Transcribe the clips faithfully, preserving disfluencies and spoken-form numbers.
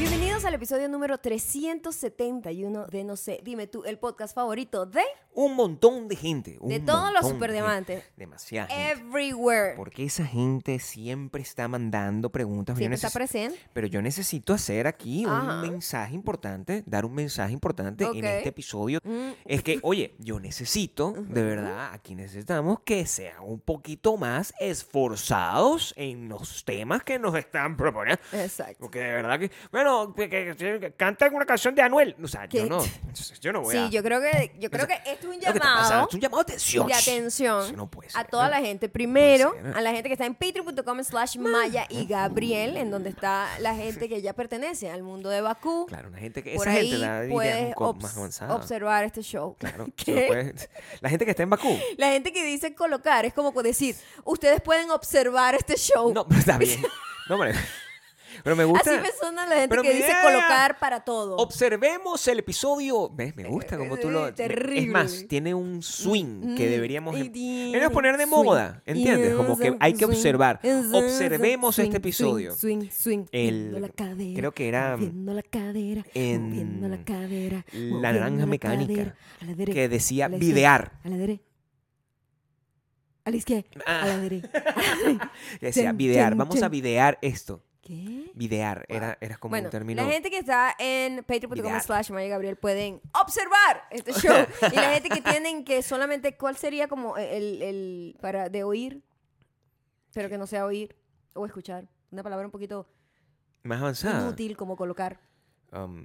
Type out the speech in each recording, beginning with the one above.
Bienvenidos al episodio número trescientos setenta y uno de No sé, dime tú, el podcast favorito de... Un montón de gente. Un De todos los montón superdiamantes. de gente, demasiada gente. Everywhere. Porque esa gente siempre está mandando preguntas. Yo Siempre está neces- presente. Pero yo necesito hacer aquí Ajá. un mensaje importante, dar un mensaje importante Ok. en este episodio. Mm. Es que, oye, yo necesito, de verdad, aquí necesitamos que sean un poquito más esforzados en los temas que nos están proponiendo. Exacto. Porque de verdad que, bueno, que, que- que canten una canción de Anuel. O sea, yo ¿Qué? no, yo no voy Sí, a... yo creo que yo creo O sea, que esto es un Lo que está pasando llamado es un llamado de atención. de atención Eso no puede a ser, toda ¿no? la gente. Primero, ser. a la gente que está en patreon.com slash Maya y Gabriel, en donde está la gente que ya pertenece al mundo de Bakú. Claro, una gente que Por esa ahí gente da ideas puedes un poco obs- más avanzadas. observar este show. Claro, eso ¿Qué? lo puede- la gente que está en Bakú. La gente que dice colocar es como decir, ustedes pueden observar este show. No, pero está bien. No, hombre. Pero me gusta. Así me suena la gente Pero que mi dice idea- colocar para todo. Observemos el episodio. ¿Ves? Me gusta como tú lo. Eh, terrible. Es más, tiene un swing que Mm, deberíamos. eh, em- tiene Deberíamos poner de swing. moda. ¿Entiendes? Como que hay que Swing, observar. swing, Observemos swing, este episodio. Swing, swing, swing, El- moviendo la cadera, creo que era moviendo la cadera, en moviendo la cadera, La moviendo Naranja la Mecánica, cadera, a la derecha, que decía a la izquierda, videar. a la derecha, a la izquierda, Ah. a la derecha. Que decía Chen, videar. chen, Vamos chen. a videar esto. ¿Qué? Videar. Era, era como Bueno, un término. la gente que está en patreon punto com Videar. slash Maya Gabriel pueden observar este show. Y la gente que tienen que solamente, ¿cuál sería como el, el para de oír? Pero que no sea oír o escuchar. Una palabra un poquito Más avanzada. inútil como colocar. Um,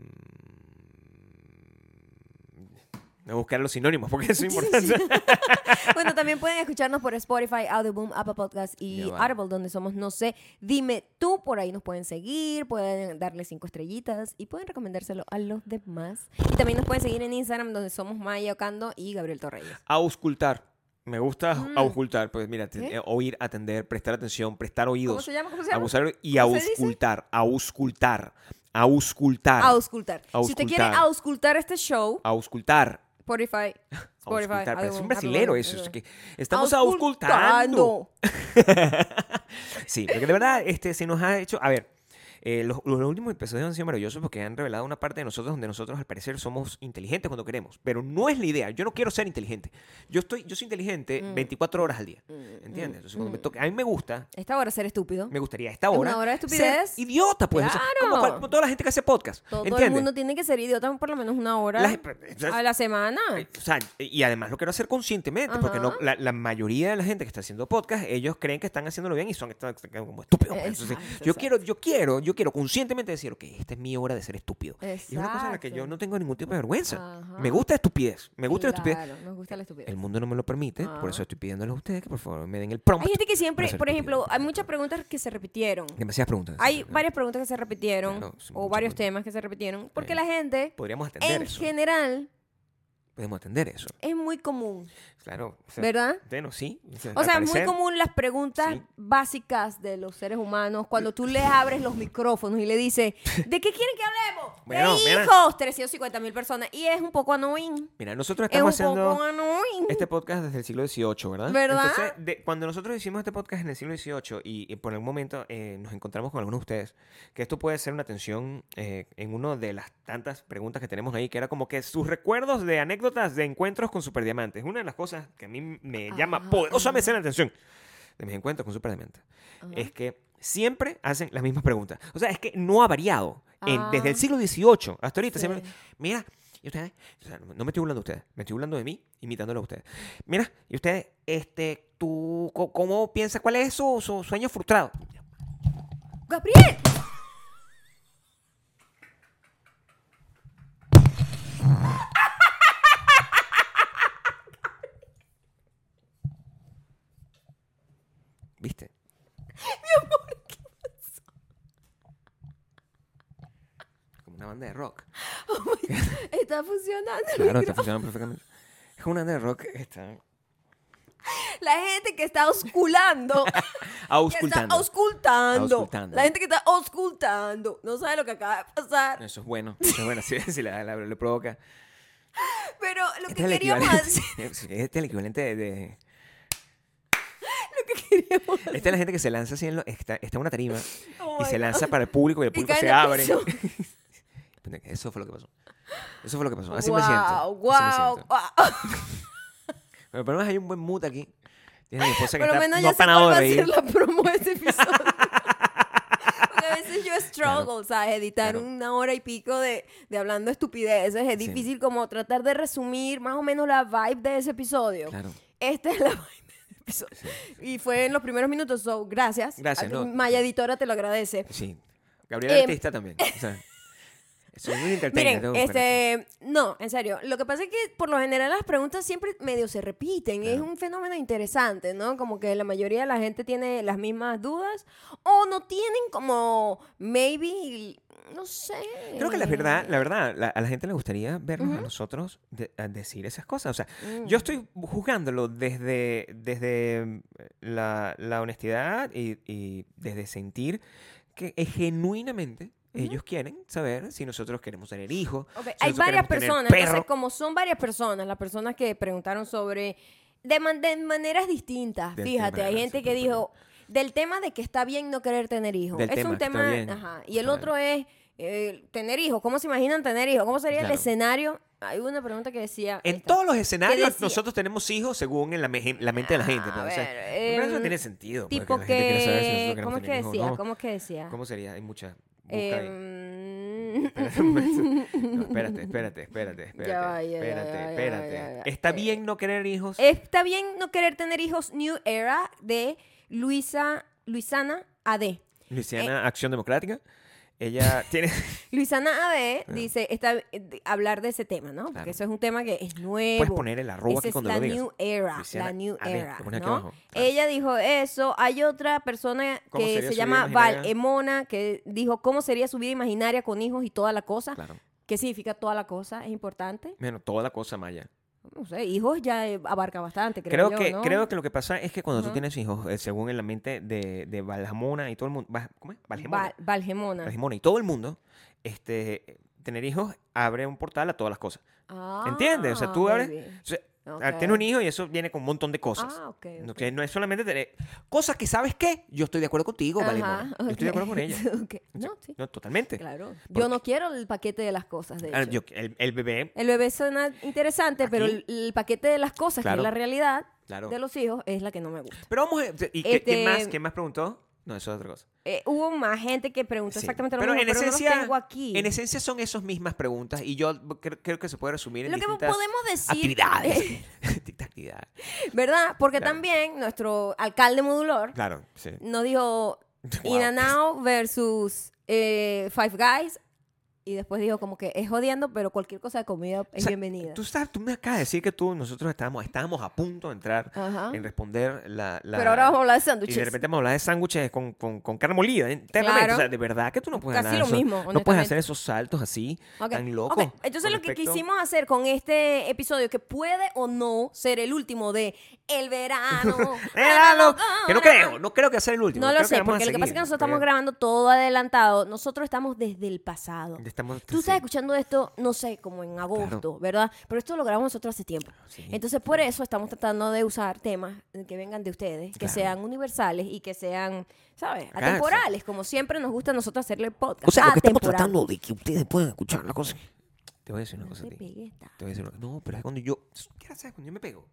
voy a buscar los sinónimos porque eso es importante. Bueno, también pueden escucharnos por Spotify, Audioboom, Apple Podcast y Ya va. Audible, donde somos No sé, dime tú. Por ahí nos pueden seguir, pueden darle cinco estrellitas y pueden recomendárselo a los demás. Y también nos pueden seguir en Instagram, donde somos Maya Ocando y Gabriel Torreyes. Auscultar. Me gusta Mm. auscultar. Pues mira, te- ¿Qué? eh, oír, atender, prestar atención, prestar ¿Cómo oídos. se llama? ¿Cómo se llama? Abusar y ¿Cómo se dice? auscultar. Auscultar. Auscultar. Auscultar. Si usted quiere Auscultar. auscultar este show, Auscultar. Spotify, Spotify, Auscultar. Parece Audible, un brasilero Apple, eso. Es Apple. que estamos auscultando. Sí, porque de verdad este, se nos ha hecho... A ver, eh, los, los últimos episodios han sido maravillosos porque han revelado una parte de nosotros donde nosotros al parecer somos inteligentes cuando queremos. Pero no es la idea. Yo no quiero ser inteligente. Yo estoy, yo soy inteligente Mm. veinticuatro horas al día. Mm, ¿Entiendes? Entonces cuando mm. me toca... A mí me gusta... Esta hora ser estúpido. Me gustaría a esta ¿Es hora... una hora de estupidez? ser idiota, pues. O sea, Claro. como, cual- como toda la gente que hace podcast. Todo, todo ¿Entiendes? el mundo tiene que ser idiota por lo menos una hora Las- a la semana. O sea, y además lo quiero hacer conscientemente, porque no, Ajá. la, la mayoría de la gente que está haciendo podcast, ellos creen que están haciéndolo bien y son están- están como estúpidos. pues. Entonces, Exacto, yo exacto. quiero, yo quiero, yo quiero conscientemente decir, ok, esta es mi hora de ser estúpido. Y es una cosa en la que yo Exacto. no tengo ningún tipo de vergüenza. Ajá. Me gusta la estupidez, me gusta la estupidez. Claro, nos gusta la estupidez. El mundo no me lo permite, Ah. por eso estoy pidiéndoles a ustedes que por favor me den el prompt. Hay gente que siempre, para ser por ejemplo, estúpido. hay muchas preguntas que se repitieron. Demasiadas preguntas. Hay Sí, varias preguntas que se repitieron Claro, sí, o muchas varios preguntas. temas que se repitieron porque Eh, la gente Podríamos atender en eso. general Podemos atender eso. es muy común, Claro. o sea, ¿verdad? Bueno, sí. O al sea, es muy parecer, común las preguntas sí. básicas de los seres humanos cuando tú les abres los micrófonos y le dices, ¿de qué quieren que hablemos? Bueno, de mira. hijos, trescientas cincuenta mil personas. Y es un poco annoying. Mira, nosotros Es un estamos haciendo... poco annoying. este podcast desde el siglo dieciocho, ¿verdad? ¿Verdad? Entonces, de- cuando nosotros hicimos este podcast en el siglo dieciocho y, y por algún momento eh, nos encontramos con algunos de ustedes, que esto puede ser una atención eh, en una de las tantas preguntas que tenemos ahí, que era como que sus recuerdos de anécdotas de encuentros con superdiamantes. Una de las cosas que a mí me llama Ajá, poderosamente ajá. la atención de mis encuentros con superdiamantes Ajá. es que siempre hacen las mismas preguntas. O sea, es que no ha variado. En- Ah. desde el siglo dieciocho hasta ahorita. Sí. Siempre, mira, y ustedes, o sea, no me estoy burlando de ustedes, me estoy burlando de mí, imitándolo a ustedes. Mira, y ustedes, este, tú, co- ¿cómo piensas? ¿Cuál es su, su sueño frustrado? ¡Gabriel! ¿Viste? Mi amor, ¿qué pasó? Como una banda de rock. Oh my God. Está funcionando. el Claro, está micrófono. funcionando perfectamente. Es una banda de rock que está La gente que está ausculando. Que está auscultando. auscultando. Auscultando. La gente que está auscultando. No sabe lo que acaba de pasar. Eso es bueno. Eso es bueno. Si, si la, la- le provoca. Pero lo Este que es el queríamos equivalente. hacer. Este es el equivalente de. de- Lo que queríamos hacer. Esta es la gente que se lanza así en lo, está, está en una tarima Oh y my se God. lanza para el público y el Y público cae se en el abre. piso. Eso fue lo que pasó. Eso fue lo que pasó. Así wow, me siento. wow, Así me siento. wow. Pero por lo menos hay un buen mood aquí. Tienes a mi esposa que Por lo está menos no ya sé cuál apanado va de a reír. ser la promo de ese episodio. Porque a veces yo struggle, ¿sabes? Editar Claro. una hora y pico de, de hablando estupideces. Es Sí. difícil como tratar de resumir más o menos la vibe de ese episodio. Claro. Esta es la vibe del episodio. Y fue en los primeros minutos, so, gracias. Gracias, A- no. Maya Editora te lo agradece. Sí. Gabriela Em, Artista también. O sea, soy muy entertainer. Miren, tengo que buscar eso. este, no, en serio, lo que pasa es que por lo general las preguntas siempre medio se repiten, es Claro. un fenómeno interesante, ¿no? Como que la mayoría de la gente tiene las mismas dudas o no tienen como, maybe, no sé. Creo que la verdad, la verdad, la- a la gente le gustaría vernos a nosotros de- a decir esas cosas. O sea, Mm. yo estoy juzgándolo desde, desde la, la honestidad y, y desde sentir que eh, genuinamente ellos quieren saber si nosotros queremos tener hijos. Ok, si hay nosotros varias queremos tener personas, entonces perro. como son varias personas, las personas que preguntaron sobre, de, man- de maneras distintas, De- de fíjate, hay maneras gente que súper dijo, del tema de que está bien no querer tener hijos, Del es tema un que está tema, bien. ajá, y el Claro. otro es eh, tener hijos, ¿cómo se imaginan tener hijos? ¿Cómo sería Claro. el escenario? Hay una pregunta que decía... ahí En está. todos los escenarios decía? nosotros tenemos hijos según en la, me- la mente de la gente. Ah, pues, a o sea, ver, pero eso em, tiene sentido. porque Tipo la gente quiere saber si nosotros que... queremos ¿Cómo es que tener hijos o decía? no. ¿Cómo es que decía? ¿Cómo sería? Hay muchas. Busca ahí. Em, Espérate un momento. No, espérate, espérate, espérate, espérate. Ya va, ya, ya, espérate, ya, ya, espérate. ya, ya. ¿Está Eh, bien no querer hijos? Está bien no querer tener hijos, New Era, de Luisa, Luisana A D. Luisiana, Acción Democrática. Ella tiene. Luisana A D dice, está, eh, de- hablar de ese tema, ¿no? Porque Claro. eso es un tema que es nuevo. Puedes poner el arroba Esa aquí es cuando la lo digas. New Era, Luisiana la New A D, Era, lo pones aquí ¿no? abajo, claro. Ella dijo eso. Hay otra persona ¿Cómo que sería se su llama vida Val imaginaria? Emona, que dijo, ¿cómo sería su vida imaginaria con hijos y toda la cosa? Claro. ¿Qué significa toda la cosa? Es importante. Bueno, toda la cosa maya. No sé, hijos ya eh, abarca bastante, creo, Creo, yo, que, ¿no? creo que lo que pasa es que cuando tú Ujú. tienes hijos, eh, según en la mente de, de Valhamona y todo el mundo. Val- ¿Cómo es? Valgemona. Val- Valgemona. Valgemona y todo el mundo, este, tener hijos abre un portal a todas las cosas. Ah, ¿Entiendes? O sea, tú abres. baby. o sea, Ok. Tienes un hijo y eso viene con un montón de cosas. Ah, ok, No, ok. que no es solamente tener cosas que sabes qué. Yo estoy de acuerdo contigo, Ajá, Valgemona. Yo estoy de acuerdo con ella. ok. No, sí, No, totalmente. claro. Porque- Yo no quiero el paquete de las cosas, de Ah, hecho. yo- el, el bebé, El bebé suena interesante, pero Aquí. el, el paquete de las cosas, que Claro. es la realidad claro. de los hijos, es la que no me gusta. Pero vamos a. ¿Y qué, Este- quién más? ¿Quién más preguntó? No, eso es otra cosa. Eh, hubo más gente que preguntó Sí. exactamente lo Pero mismo, en pero esencia, no los tengo aquí. En esencia son esas mismas preguntas y yo cre- creo que se puede resumir en Lo que distintas podemos decir, actividades. Distintas actividades. ¿verdad? Porque Claro. también nuestro alcalde modulor Claro, sí. nos dijo Wow. In and Out versus eh, Five Guys. Y después dijo como que es jodiendo, pero cualquier cosa de comida es O sea, bienvenida. Tú, estás, tú me acabas de decir que tú, nosotros estábamos, estábamos a punto de entrar Ajá. en responder la, la- Pero ahora vamos a hablar de Y sándwiches. de repente vamos a hablar de sándwiches con, con, con carne molida, internamente. Claro. O sea, de verdad que tú no puedes Casi hablar lo de eso. mismo, No puedes honestamente. hacer esos saltos así, Ok, tan locos. ok. Entonces con lo que respecto- quisimos hacer con este episodio, que puede o no ser el último de El verano. Era lo- que no creo, no creo que sea el último. No lo creo que sé, vamos a porque lo que pasa es que seguir, nosotros estamos porque grabando todo adelantado. Nosotros estamos desde el pasado. estamos- Tú sí. estás escuchando esto, no sé, como en agosto, ¿verdad? Pero esto lo grabamos nosotros hace tiempo. Sí, Entonces, por eso estamos tratando de usar temas que vengan de ustedes, que Claro. sean universales y que sean, ¿sabes? Claro, Atemporales, como siempre nos gusta a nosotros hacerle podcast. O sea, lo que estamos Atemporal. tratando de que ustedes puedan escuchar la cosa. Te voy a decir una No cosa a te ti. pegues tanto. Te voy a decir una- No, pero es cuando yo. ¿Qué haces cuando yo me pego?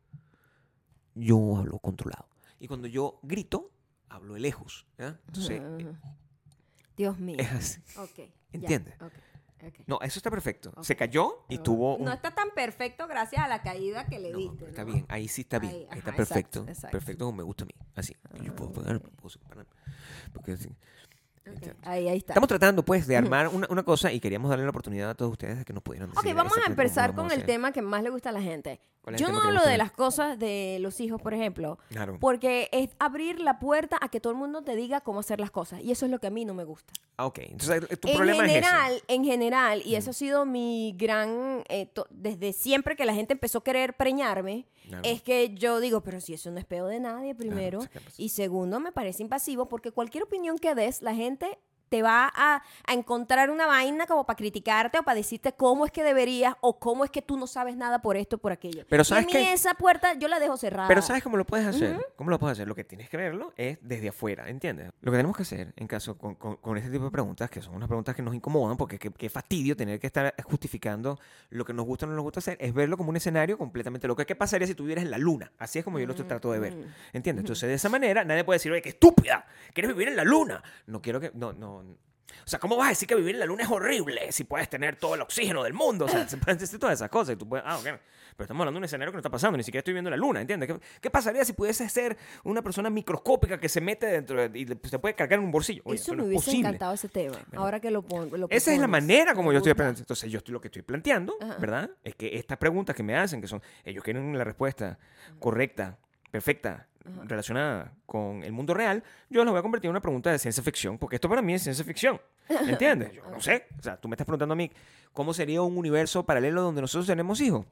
Yo hablo controlado. Y cuando yo grito, hablo de lejos. ¿Ya? Entonces, eh, Ujú. Dios mío. es así. Ok. ya, ¿Entiendes? ok, ok. No, eso está perfecto. Ok. Se cayó y tuvo un. No está tan perfecto gracias a la caída que le No, diste. está ¿no? bien, ahí sí está bien, Ahí, ahí, ajá, está exacto, perfecto, exacto. perfecto como me gusta a mí, así. Yo puedo pegar, puedo separar, porque así. Ok, Ahí, ahí está. Estamos tratando pues de armar una, una cosa y queríamos darle la oportunidad a todos ustedes de que nos pudieran decir Ok, vamos a exactamente cómo empezar vamos con a el hacer. tema que más le gusta a la gente. ¿Cuál es el Yo tema no que le hablo gusta a de la las cosas de los hijos, por ejemplo, Claro. porque es abrir la puerta a que todo el mundo te diga cómo hacer las cosas. Y eso es lo que a mí no me gusta. Ah, ok, entonces tu En problema general, es en general, y eso ha sido mi gran, eh, to- desde siempre que la gente empezó a querer preñarme, Claro. es que yo digo, pero si eso no es peo de nadie, primero, sí, ¿qué pasa? y segundo, me parece invasivo porque cualquier opinión que des, la gente te va a, a encontrar una vaina como para criticarte o para decirte cómo es que deberías o cómo es que tú no sabes nada por esto o por aquello. Pero y ¿sabes a mí qué? esa puerta yo la dejo cerrada. Pero ¿sabes cómo lo puedes hacer? Uh-huh. ¿Cómo lo puedes hacer? Lo que tienes que verlo es desde afuera, ¿entiendes? Lo que tenemos que hacer en caso con, con, con este tipo de preguntas, que son unas preguntas que nos incomodan, porque qué, qué fastidio tener que estar justificando lo que nos gusta o no nos gusta hacer, es verlo como un escenario completamente loco. ¿Qué pasaría si tú vivieras en la luna? Así es como yo lo trato de ver, ¿entiendes? Entonces, de esa manera, nadie puede decir, oye, qué estúpida, ¿quieres vivir en la luna? No quiero que... No, no... O sea, ¿cómo vas a decir que vivir en la luna es horrible si puedes tener todo el oxígeno del mundo? O sea, se pueden decir todas esas cosas y tú puedes... Ah, ok. Pero estamos hablando de un escenario que no está pasando, ni siquiera estoy viendo la luna, ¿entiendes? ¿Qué, qué pasaría si pudiese ser una persona microscópica que se mete dentro de, y se puede cargar en un bolsillo? Oye, eso eso me no es hubiese posible. encantado ese tema. Bueno, ahora que lo pongo. Lo esa es la manera como yo estoy gusta. planteando. Entonces, yo estoy, lo que estoy planteando, Ajá. ¿verdad? Es que estas preguntas que me hacen, que son... Ellos quieren la respuesta correcta, perfecta, Ajá. relacionada con el mundo real, yo las voy a convertir en una pregunta de ciencia ficción, porque esto para mí es ciencia ficción, ¿entiendes? Yo no sé, o sea, tú me estás preguntando a mí cómo sería un universo paralelo donde nosotros tenemos hijos.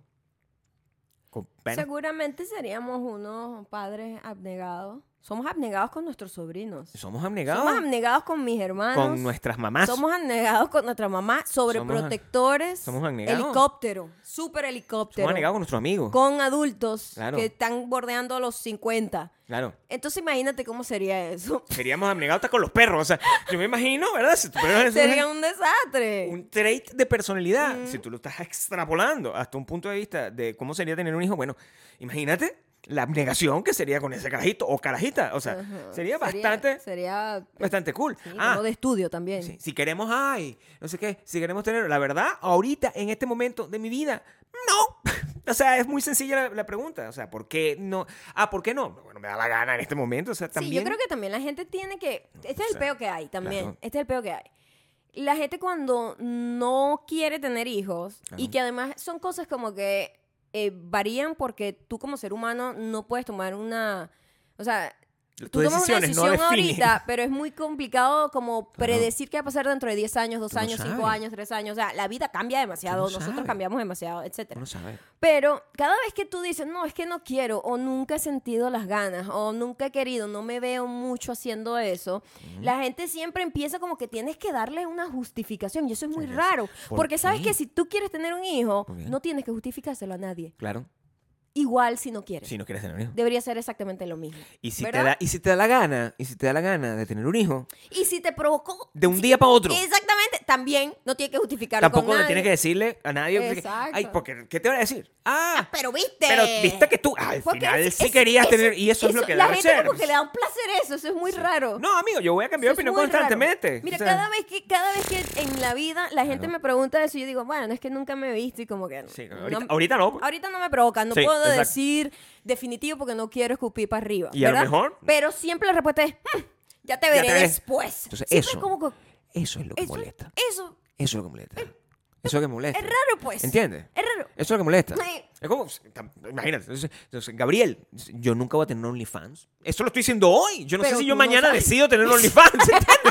Seguramente seríamos unos padres abnegados. Somos abnegados con nuestros sobrinos. Somos abnegados. Somos abnegados con mis hermanos. Con nuestras mamás. Somos abnegados con nuestra mamá. Sobreprotectores. Somos abnegados. Helicóptero. Súper helicóptero. Somos abnegados con nuestros amigos. Con adultos claro. que están bordeando los cincuenta. Claro. Entonces imagínate cómo sería eso. Seríamos abnegados hasta con los perros. O sea, yo me imagino, ¿verdad? Si tu perro es sería un desastre. Un trait de personalidad. Mm. Si tú lo estás extrapolando hasta un punto de vista de cómo sería tener un hijo, bueno, imagínate la abnegación que sería con ese carajito o carajita. O sea, uh-huh. sería bastante... Sería... Bastante cool. Sí, ah, de estudio también. Sí, si queremos, ay, no sé qué, si queremos tener... La verdad, ahorita, en este momento de mi vida, no. O sea, es muy sencilla la, la pregunta. O sea, ¿por qué no? Ah, ¿por qué no? Bueno, me da la gana en este momento. O sea, también... Sí, yo creo que también la gente tiene que... Este es el o sea, peo que hay también. Claro. Este es el peo que hay. La gente cuando no quiere tener hijos claro. y que además son cosas como que... Eh, varían porque tú como ser humano no puedes tomar una... O sea, tú tomas una decisión no ahorita, pero es muy complicado como predecir claro. qué va a pasar dentro de diez años, dos años, cinco años, tres años. O sea, la vida cambia demasiado, no nosotros sabes. cambiamos demasiado, etcétera. No sabes. Pero cada vez que tú dices, no, es que no quiero, o nunca he sentido las ganas, o nunca he querido, no me veo mucho haciendo eso, uh-huh. la gente siempre empieza como que tienes que darle una justificación. Y eso es muy sí, raro. ¿Por porque qué? Sabes que si tú quieres tener un hijo, no tienes que justificárselo a nadie. Claro. Igual si no quieres. Si no quieres tener un hijo. Debería ser exactamente lo mismo. Y si, te da, y si te da la gana, y si te da la gana de tener un hijo. Y si te provocó. De un si, día para otro. Exactamente. También no tienes que justificarlo Tampoco con nadie. le tienes que decirle a nadie. Exacto. Ay, porque, ¿qué te van a decir? Ah, ah, pero viste. Pero viste que tú, al porque final es, sí es, querías es, tener, y eso, eso es lo que la da gente como que le da un placer eso, eso es muy sí. raro. No, amigo, yo voy a cambiar de opinión constantemente. Raro. Mira, o sea, cada vez que cada vez que en la vida la gente claro. me pregunta eso, yo digo, bueno, es que nunca me he visto y como que sí, no, ahorita, ahorita no. Ahorita no me provoca, no sí, puedo exacto. decir definitivo porque no quiero escupir para arriba, y ¿verdad? a lo mejor, pero siempre la respuesta es, hm, ya te veré ya te después. Entonces, siempre eso, como que, eso es lo que eso, molesta. Eso, eso es lo que molesta. Eh, Eso es lo que molesta. Es raro, pues. ¿Entiendes? Es raro. Eso es lo que molesta. Sí. Es como, imagínate, entonces, entonces, Gabriel, yo nunca voy a tener OnlyFans. Eso lo estoy diciendo hoy. Yo no Pero sé si yo no mañana sabes. decido tener OnlyFans. ¿Entiendes?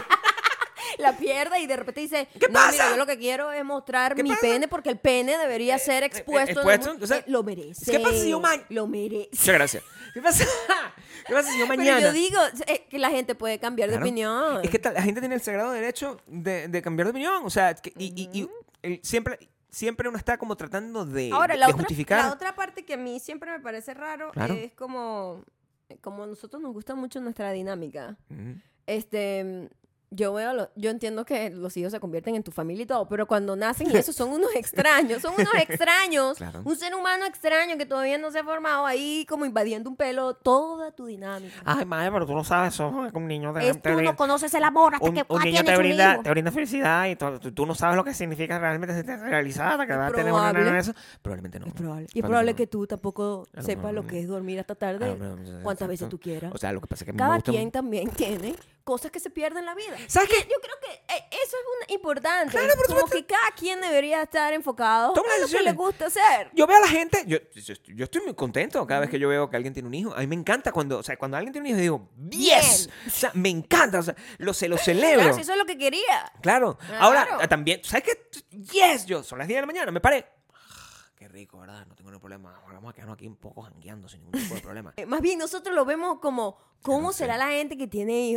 La pierda y de repente dice, ¿qué no, pasa? mira, yo lo que quiero es mostrar mi pasa? pene porque el pene debería ser expuesto. Eh, expuesto, en el... o sea, eh, lo merece. ¿Qué pasa si yo mañana? Lo merece. Muchas gracias. ¿Qué pasa? ¿Qué pasa si yo mañana? Pero yo digo eh, que la gente puede cambiar claro. de opinión. Es que la gente tiene el sagrado derecho de, de cambiar de opinión. O sea, que, y, uh-huh. y, y el, siempre... Siempre uno está como tratando de, Ahora, de, la de otra, justificar. La otra parte que a mí siempre me parece raro claro. es como, como a nosotros nos gusta mucho nuestra dinámica. Uh-huh. Este, yo veo, lo, yo entiendo que los hijos se convierten en tu familia y todo, pero cuando nacen y eso son unos extraños, son unos extraños, claro. un ser humano extraño que todavía no se ha formado ahí como invadiendo un pelo toda tu dinámica. Ay, madre, pero tú no sabes, eso es un niño de es, tú no conoces el amor hasta un, que un niño te brinda, te brinda felicidad y tú, tú, tú no sabes lo que significa realmente sentirse realizada, que va a tener una nena de eso. Probablemente no. Es probable. Y es probable que tú tampoco sepas lo que es dormir hasta tarde, cuantas veces tú quieras. O sea, lo que pasa es que a mí cada me gusta quien también tiene cosas que se pierden en la vida. ¿Sabes qué? Yo creo que eh, eso es una, importante. Claro, pero como que cada quien debería estar enfocado Toma en lo que le gusta hacer. Yo veo a la gente, yo, yo, yo estoy muy contento cada vez que yo veo que alguien tiene un hijo. A mí me encanta cuando, o sea, cuando alguien tiene un hijo, digo, ¡yes! Bien. O sea, me encanta, o sea, lo, se lo celebro. Claro, si eso es lo que quería. Claro. Claro. Ahora, también, ¿sabes qué? ¡Yes! Yo, son las diez de la mañana, me paré. Qué rico, ¿verdad? No tengo ningún problema. Ahora vamos a quedarnos aquí un poco jangueando sin ningún tipo de problema. Más bien, nosotros lo vemos como, ¿cómo será la gente que tiene hijos?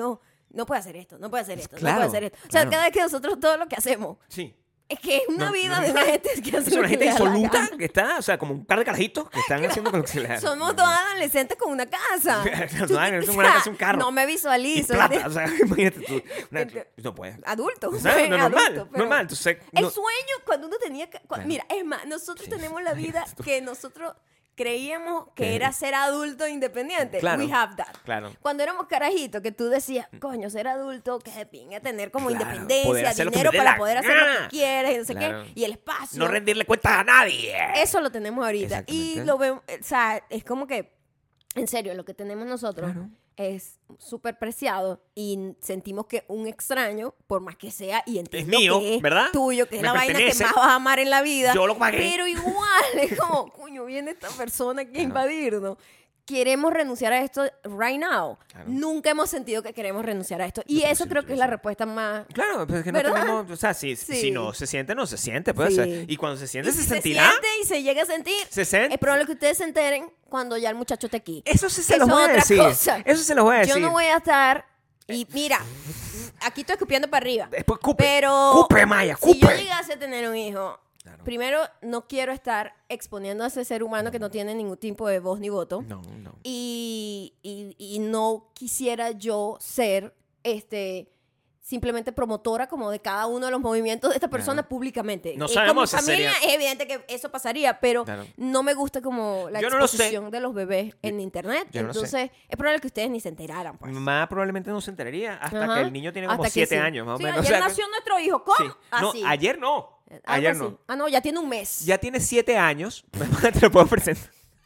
no puede hacer esto, no puede hacer esto, claro, no puede hacer esto. O sea, claro. cada vez que nosotros todo lo que hacemos... Sí. Es que es una No, vida no, de una gente que hace Es una lo que gente le da la insoluta gana. que está, o sea, como un par de carajitos que están haciendo con lo que se les da. Somos dos adolescentes con una casa. No, Tú- no, o es sea, una casa, un carro. No me Y visualizo. plata, o sea, imagínate tú. Una- no puedes. Adulto. ¿Sabes? No, normal, adulto, pero normal. Entonces, el no- sueño cuando uno tenía... que- cua- Claro. Mira, es más, nosotros Sí. tenemos la vida Esto. que nosotros creíamos que ¿Qué? era ser adulto independiente. Claro. We have that. Claro. Cuando éramos carajitos, que tú decías, coño, ser adulto, que de pinga tener como Claro, independencia, poder hacer lo que dinero me dé para la poder hacer lo gana. que quieres, y no sé Claro. qué, y el espacio. No rendirle cuentas a nadie. Eso lo tenemos ahorita. Y Exactamente. lo vemos, o sea, es como que, en serio, lo que tenemos nosotros Claro. es súper preciado y sentimos que un extraño, por más que sea, y entiendo mío, que es ¿verdad? tuyo, que es Me la vaina pertenece. que más vas a amar en la vida, Yo lo pagué. pero igual es como, coño, viene esta persona que Claro. invadirnos. Queremos renunciar a esto right now. Claro. Nunca hemos sentido que queremos renunciar a esto. Y No eso tenemos creo que es sentido, la sí. respuesta más... Claro, pero es que no ¿Verdad? tenemos, o sea, si, Sí. si no se siente, no se siente, pues, Sí. o sea, y cuando se siente, Y se si sentirá. Se siente y se llega a sentir. Se siente. Es probable que ustedes se enteren cuando ya el muchacho esté aquí. Eso sí se Que los eso voy es a otra decir. cosa. Eso se los voy a decir. Yo no voy a estar... Y mira, aquí estoy escupiendo para arriba. Después cupe. Pero Cupe, Maya, si yo cupe. llegase a tener un hijo, Claro. primero no quiero estar exponiendo a ese ser humano que no tiene ningún tipo de voz ni voto. No, no. Y, y, y no quisiera yo ser este simplemente promotora como de cada uno de los movimientos de esta persona Claro. públicamente. No Eh, sabemos como si familia sería- es evidente que eso pasaría, pero Claro. no me gusta como la Yo no lo sé. exposición de los bebés en internet. yo no lo sé. Entonces, es probable que ustedes ni se enteraran, pues. Más probablemente no se enteraría hasta Ajá. que el niño tiene como Hasta que siete sí. años, más o Sí, menos. ayer O sea, nació nuestro hijo. ¿Cómo? sí. No, Así. ayer no. Algo Ayer así. no. Ah, no, ya tiene un mes. Ya tiene siete años. Te lo puedo presentar.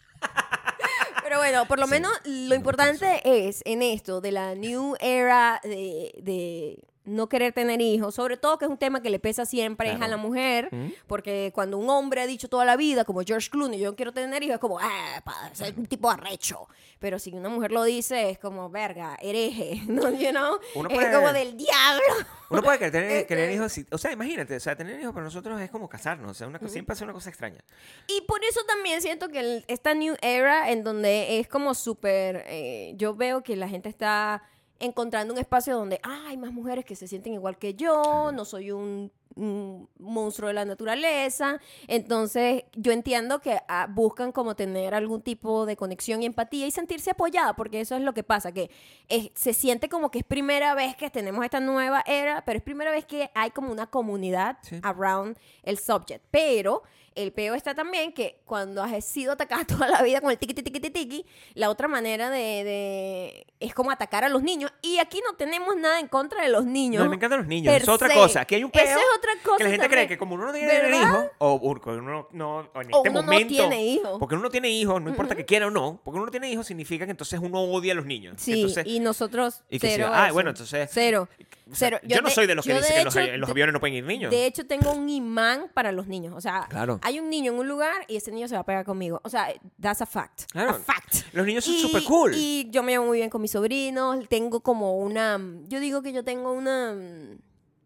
Pero bueno, por lo Sí. menos lo importante es en esto de la new era de, de no querer tener hijos, sobre todo que es un tema que le pesa siempre es a Claro. la mujer, Ujú. porque cuando un hombre ha dicho toda la vida, como George Clooney, yo no quiero tener hijos, es como, ah, pa, soy un tipo arrecho. Pero si una mujer lo dice, es como, verga, hereje, ¿no? You know? Uno es puede- como del diablo. Uno puede querer tener, Este- querer hijos. si- O sea, imagínate. O sea, tener hijos para nosotros es como casarnos. O sea, una, cosa- siempre hace una cosa extraña. Y por eso también siento que el- esta new era en donde es como súper, eh, yo veo que la gente está encontrando un espacio donde ah, hay más mujeres que se sienten igual que yo, no soy un, un monstruo de la naturaleza. Entonces yo entiendo que ah, buscan como tener algún tipo de conexión y empatía y sentirse apoyada, porque eso es lo que pasa, que es- se siente como que es primera vez que tenemos esta nueva era, pero es primera vez que hay como una comunidad Sí. around el subject. Pero el peo está también que cuando has sido atacada toda la vida con el tiki tiki tiki tiki, la otra manera de, de- es como atacar a los niños. Y aquí no tenemos nada en contra de los niños. No, me encantan los niños. per Es otra se. cosa. Aquí hay un peo. Esa es otra cosa Que la gente también. cree que como uno no tiene ¿Verdad? hijos, o, o que uno no, o en O este uno no momento. tiene hijos. Porque uno no tiene hijos, no importa que quiera o no. Porque uno no tiene hijos significa que entonces uno odia a los niños. Sí, Entonces, y nosotros y que cero. sí, ah, eso. bueno, entonces- Cero. o sea, Cero. yo, no de- soy de los que yo dicen de que en los, hecho, en los de- aviones no pueden ir niños. De hecho, tengo un imán para los niños. O sea, Claro. hay un niño en un lugar y ese niño se va a pegar conmigo. O sea, that's a fact. Claro. A fact. Los niños son Y- súper cool. Y yo me llevo muy bien con mis sobrinos. Tengo como una. Yo digo que yo tengo una mm,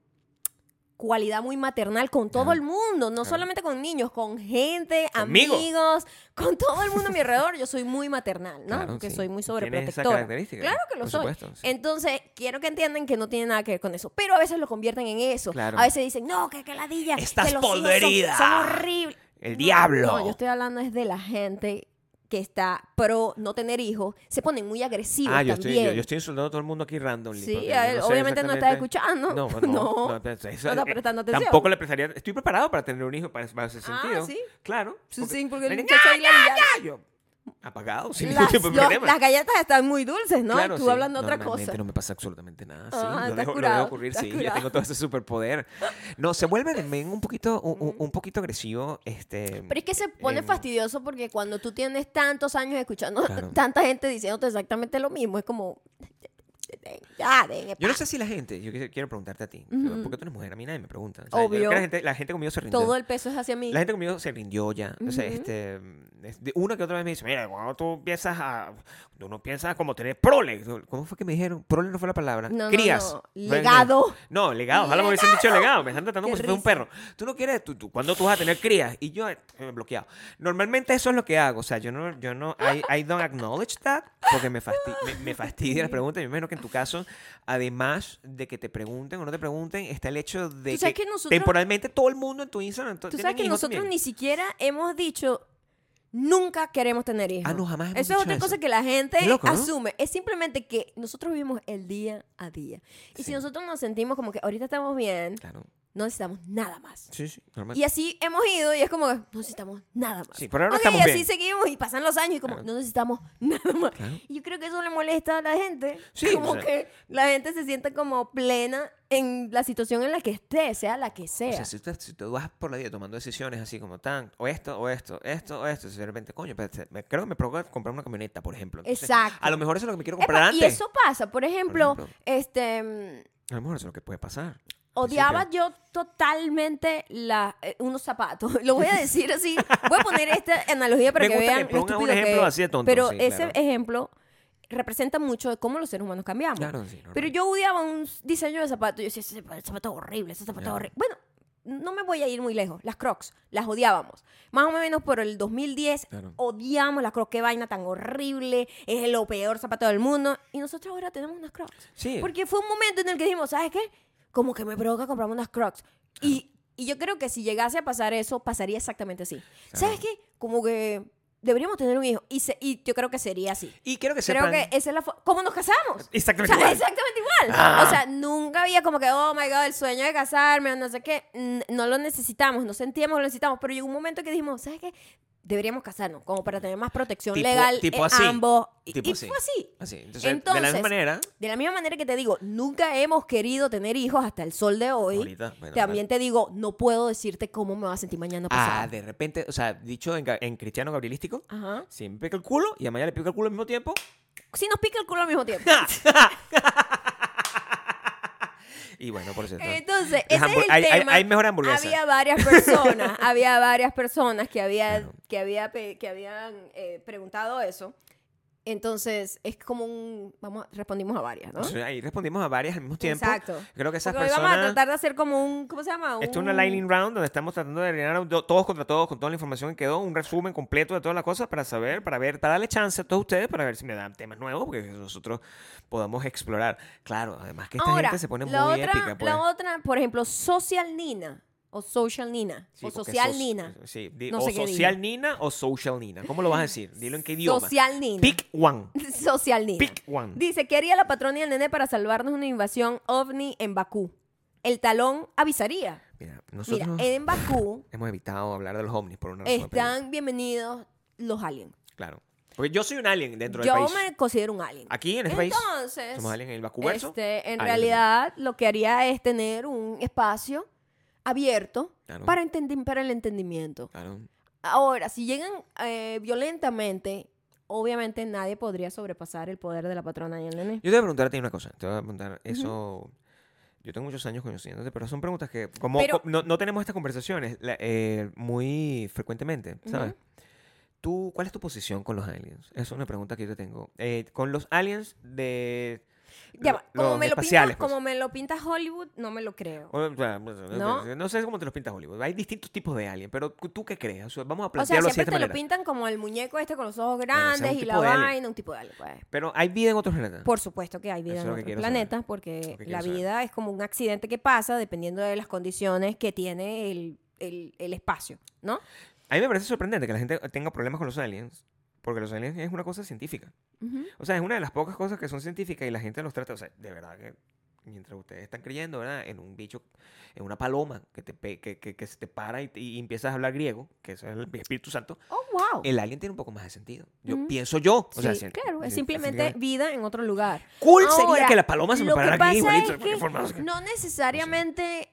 cualidad muy maternal con todo Claro. el mundo. No Claro. solamente con niños, con gente, Conmigo. amigos, con todo el mundo a mi alrededor. Yo soy muy maternal, ¿no? Claro, Porque sí. soy muy Tienes esa sobreprotectora. característica, Claro que lo por soy. supuesto, sí. Entonces, quiero que entiendan que no tiene nada que ver con eso. Pero a veces lo convierten en eso. Claro. A veces dicen, no, que, que ladilla. Estás que los hijos son- podrida. Son, horribles. El No, diablo. No, yo estoy hablando es de la gente que está pro no tener hijos. Se ponen muy agresivos Ah, yo estoy, también. yo, yo estoy insultando a todo el mundo aquí randomly. Sí, porque a yo él no sé obviamente no estás exactamente- escuchando. No, no, No. no, pero eso- No está eh, prestando atención. Tampoco le prestaría. Estoy preparado para tener un hijo para, para ese Ah, sentido. ¿sí? Claro. Sí, sí, porque el Ven, muchacho ¡ya, ahí la ya, liada. ya! Yo, apagado, sin Las, ningún tipo de lo- problema. las galletas están muy dulces, ¿no? Claro, Tú sí. hablando de otra Normalmente cosa. no me pasa absolutamente nada. Sí, Ah, lo, estás dejo, lo curado, dejo ocurrir, estás sí. Ya curado. tengo todo ese superpoder. No, se vuelve también un poquito, un, un- un poquito agresivo. Este, Pero es que se pone em, fastidioso porque cuando tú tienes tantos años escuchando Claro. tanta gente diciéndote exactamente lo mismo, es como... Ya, den, Yo no pa. sé si la gente, yo quiero quiero preguntarte a ti, Ujú. porque tú eres mujer, a mí nadie me pregunta. O sea, yo creo Obvio. que la gente, la gente conmigo se rindió. Todo el peso es hacia mí. La gente conmigo se rindió ya. O sea, Ujú. este, es de una que otra vez me dice, mira, cuando tú empiezas a, cuando uno piensa como tener prole, ¿cómo fue que me dijeron? Prole no fue la palabra. No, no, Crías. no. Legado. No, legado. Ojalá me hubiesen dicho legado. Me están tratando Qué como si fuera un risa. perro. Tú no quieres, tú, tú, ¿cuándo tú vas a tener crías? Y yo, eh, bloqueado. Normalmente eso es lo que hago. O sea, yo no, yo no, I, I don't acknowledge that porque me, fasti me, me fastidia la pregunta. Y me imagino que en tu caso, además de que te pregunten o no te pregunten, está el hecho de ¿Tú sabes que, que nosotros- temporalmente todo el mundo en tu Instagram to- Tú tienen sabes que hijos nosotros también. ni siquiera hemos dicho nunca queremos tener hijos. Ah, no, jamás hemos Eso es dicho otra eso. cosa que la gente Qué loco, ¿no? asume. Es simplemente que nosotros vivimos el día a día. Y Sí. si nosotros nos sentimos como que ahorita estamos bien, Claro. no necesitamos nada más. Sí, sí, normal. Y así hemos ido y es como que no necesitamos nada más. Sí, por ahora Ok, estamos y así bien. seguimos y pasan los años y como Claro. no necesitamos nada más. Claro. Y yo creo que eso le molesta a la gente. Sí, como o sea- que la gente se sienta como plena en la situación en la que esté, sea la que sea. O sea, si tú, si tú vas por la vida tomando decisiones así como tan, o esto, o esto, esto, o esto, si de repente, coño, pero te- me, creo que me provoca comprar una camioneta, por ejemplo. Entonces, Exacto. a lo mejor eso es lo que me quiero comprar Epa, antes. y eso pasa. Por ejemplo, ejemplo. este... mm, A lo mejor eso es lo que puede pasar. odiaba Sí, yo totalmente la, eh, unos zapatos. Lo voy a decir así. Voy a poner esta analogía para Me que gusta vean que lo pongas un estúpido que ejemplo es. así de tonto, Pero sí, ese claro. ejemplo representa mucho de cómo los seres humanos cambiamos. Claro, sí, normal. Pero yo odiaba un diseño de zapatos. Yo decía, ese zapato es horrible, ese zapato es Claro. horrible. Bueno, no me voy a ir muy lejos. Las Crocs, las odiábamos. Más o menos por el dos mil diez, Claro. odiamos las Crocs. Qué vaina tan horrible. Es lo peor zapato del mundo. Y nosotros ahora tenemos unas Crocs. Sí. Porque fue un momento en el que dijimos, ¿sabes qué? Como que me provoca comprarme unas Crocs. Y, y yo creo que si llegase a pasar eso, pasaría exactamente así. ¿Sabes qué? Como que deberíamos tener un hijo. Y, se- y yo creo que sería así. Y quiero que Creo sepan... que esa es la forma. ¿Cómo nos casamos? Exactamente O sea, igual. exactamente igual. Ah. O sea, nunca había como que, oh my God, el sueño de casarme o no sé qué. N- No lo necesitamos, no sentíamos que lo necesitamos. Pero llegó un momento que dijimos, ¿sabes qué? Deberíamos casarnos, como para tener más protección Tipo- legal tipo eh, así. ambos. Y, Tipo y así. fue así. Así. Entonces, de la Entonces, misma manera... De la misma manera que te digo, nunca hemos querido tener hijos hasta el sol de hoy. Ahorita, bueno, También te digo, no puedo decirte cómo me va a sentir mañana pasado. Ah, de repente, o sea, dicho en, ga- en cristiano gabrielístico, Ajá. si me pica el culo y a Maya le pica el culo al mismo tiempo, Si nos pica el culo al mismo tiempo. y bueno, por cierto. Entonces, Las ese es hamburg- el hay, hay- tema. hay mejor hamburguesa. Había varias personas, había varias personas que, había, Claro. que, había, pe- que habían eh, preguntado eso. Entonces, es como un... Vamos, respondimos a varias, ¿no? O sea, ahí respondimos a varias al mismo tiempo. Exacto. Creo que esas Porque hoy vamos a personas... tratar de hacer como un... ¿Cómo se llama? Esto es Un- una lightning round donde estamos tratando de rellenar do- todos contra todos con toda la información que quedó, un resumen completo de todas las cosas para saber, para ver, para darle chance a todos ustedes para ver si me dan temas nuevos porque nosotros podamos explorar. Claro, además que esta Ahora, gente se pone muy la otra, épica. Pues. La otra, por ejemplo, Social Nina. O Social Nina. Sí, o porque Social sos- Nina. Sí, di- No o sé qué social digo. Nina o social Nina. ¿Cómo lo vas a decir? Dilo en qué idioma. Social Nina. Pick one. Social Nina. Pick one. Dice, ¿qué haría la patrona y el nene para salvarnos de una invasión ovni en Bakú? El talón avisaría. Mira, nosotros Mira, en Bakú hemos evitado hablar de los ovnis por una razón. están bienvenidos los aliens. Claro. Porque yo soy un alien dentro Yo del país. me considero un alien. Aquí en este país Entonces, somos aliens en el Bakuverso. este, en Alien. realidad, lo que haría es tener un espacio abierto Claro. para, entendi- para el entendimiento. Claro. Ahora, si llegan eh, violentamente, obviamente nadie podría sobrepasar el poder de la patrona y el nene. Yo te voy a preguntar a ti una cosa. Te voy a preguntar eso. Yo tengo muchos años conociéndote, pero son preguntas que, como Pero- co- no, no tenemos estas conversaciones la- eh, muy frecuentemente, ¿sabes? ¿Tú, ¿Cuál es tu posición con los aliens? Esa es una pregunta que yo te tengo. Eh, con los aliens de Ya lo- va, como, los me lo pinta, espaciales, pues. como me lo pinta Hollywood, no me lo creo. O sea, no, ¿No? no sé cómo te los pintas Hollywood. Hay distintos tipos de alien, pero ¿tú qué crees? O sea, vamos a O sea, plantearlo así de siempre esta te lo manera. pintan como el muñeco este con los ojos ese es grandes un y tipo la de alien. vaina, un tipo de alien, pues. Pero hay vida en otros planetas. Por supuesto que hay vida Eso es en lo que otros quiero planetas saber. porque Lo que quiero la saber. vida es como un accidente que pasa dependiendo de las condiciones que tiene el, el- el espacio, ¿no? A mí me parece sorprendente que la gente tenga problemas con los aliens, porque los aliens es una cosa científica. Ujú. O sea, es una de las pocas cosas que son científicas y la gente los trata, o sea, de verdad que mientras ustedes están creyendo, ¿verdad? En un bicho, en una paloma que, te pe- que, que, que se te para y, y empiezas a hablar griego, que eso es el Espíritu Santo, Oh, wow. el alien tiene un poco más de sentido. Yo Ujú. pienso yo. O sea, Sí, si- claro, es si- simplemente si- vida en otro lugar. Cool sería Ahora, que la paloma se me lo que parara aquí pasa igualito. es ¿de qué que forma? no necesariamente,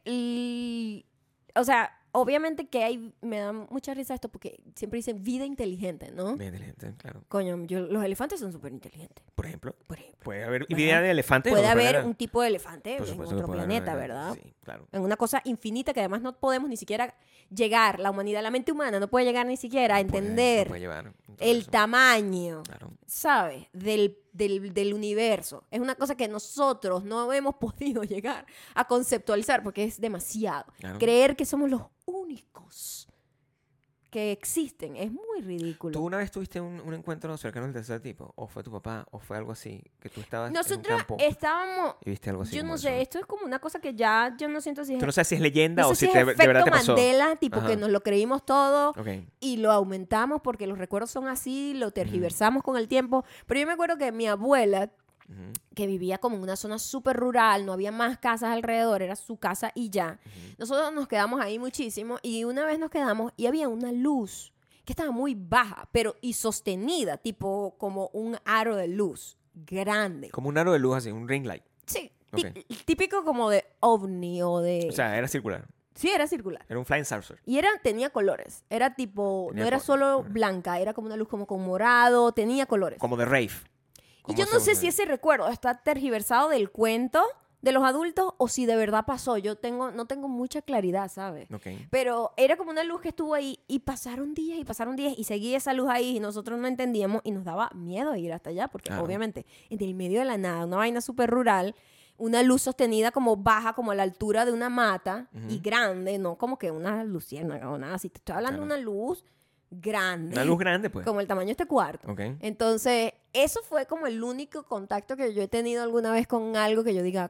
l- o sea, obviamente que hay, me da mucha risa esto porque siempre dicen vida inteligente, ¿no? Bien inteligente, claro. Coño, yo- los elefantes son súper inteligentes, Por ejemplo, por ejemplo. puede haber ¿Verdad? vida de elefantes. en Puede otro haber planeta. un tipo de elefante Por en supuesto que otro puede haber, planeta, ¿verdad? Sí, claro. En una cosa infinita que además no podemos ni siquiera llegar, la humanidad, la mente humana no puede llegar ni siquiera a Puede- entender lo puede llevar, en todo el eso. tamaño, Claro. ¿sabes? Del, del, del universo. Es una cosa que nosotros no hemos podido llegar a conceptualizar porque es demasiado. Claro. Creer que somos los únicos que existen. Es muy ridículo. ¿Tú una vez tuviste un, un encuentro cercano del tercer tipo? ¿O fue tu papá? ¿O fue algo así? Que tú estabas Nosotros en un campo estábamos... y viste algo así. Yo no eso. sé, esto es como una cosa que ya yo no siento si es... Tú no sabes si es leyenda no o sé si, si te, es de efecto verdad te pasó. Mandela, tipo Ajá. que nos lo creímos todo Okay. y lo aumentamos porque los recuerdos son así, lo tergiversamos con el tiempo. Pero yo me acuerdo que mi abuela, Uh-huh. que vivía como en una zona súper rural, no había más casas alrededor, era su casa y ya. Uh-huh. Nosotros nos quedamos ahí muchísimo y una vez nos quedamos y había una luz que estaba muy baja, pero y sostenida, tipo como un aro de luz grande. Como un aro de luz así, un ring light. Sí, Okay. tí- típico como de ovni o de... O sea, era circular. sí, era circular. Era un flying saucer. Y era, tenía colores. Era tipo, Tenía no era co- solo colores. blanca, era como una luz como con morado, tenía colores. Como de rave. Y Como yo no ese- sé si ese recuerdo está tergiversado del cuento de los adultos o si de verdad pasó. Yo tengo, no tengo mucha claridad, ¿sabes? Ok. Pero era como una luz que estuvo ahí y pasaron días y pasaron días y seguía esa luz ahí y nosotros no entendíamos y nos daba miedo ir hasta allá porque Claro. obviamente en el medio de la nada, una vaina súper rural, una luz sostenida como baja, como a la altura de una mata Ujú. y grande, no como que una luciérnaga o nada así. Te estoy hablando Claro. de una luz grande. Una luz grande, pues. Como el tamaño de este cuarto. Ok. Entonces, eso fue como el único contacto que yo he tenido alguna vez con algo que yo diga,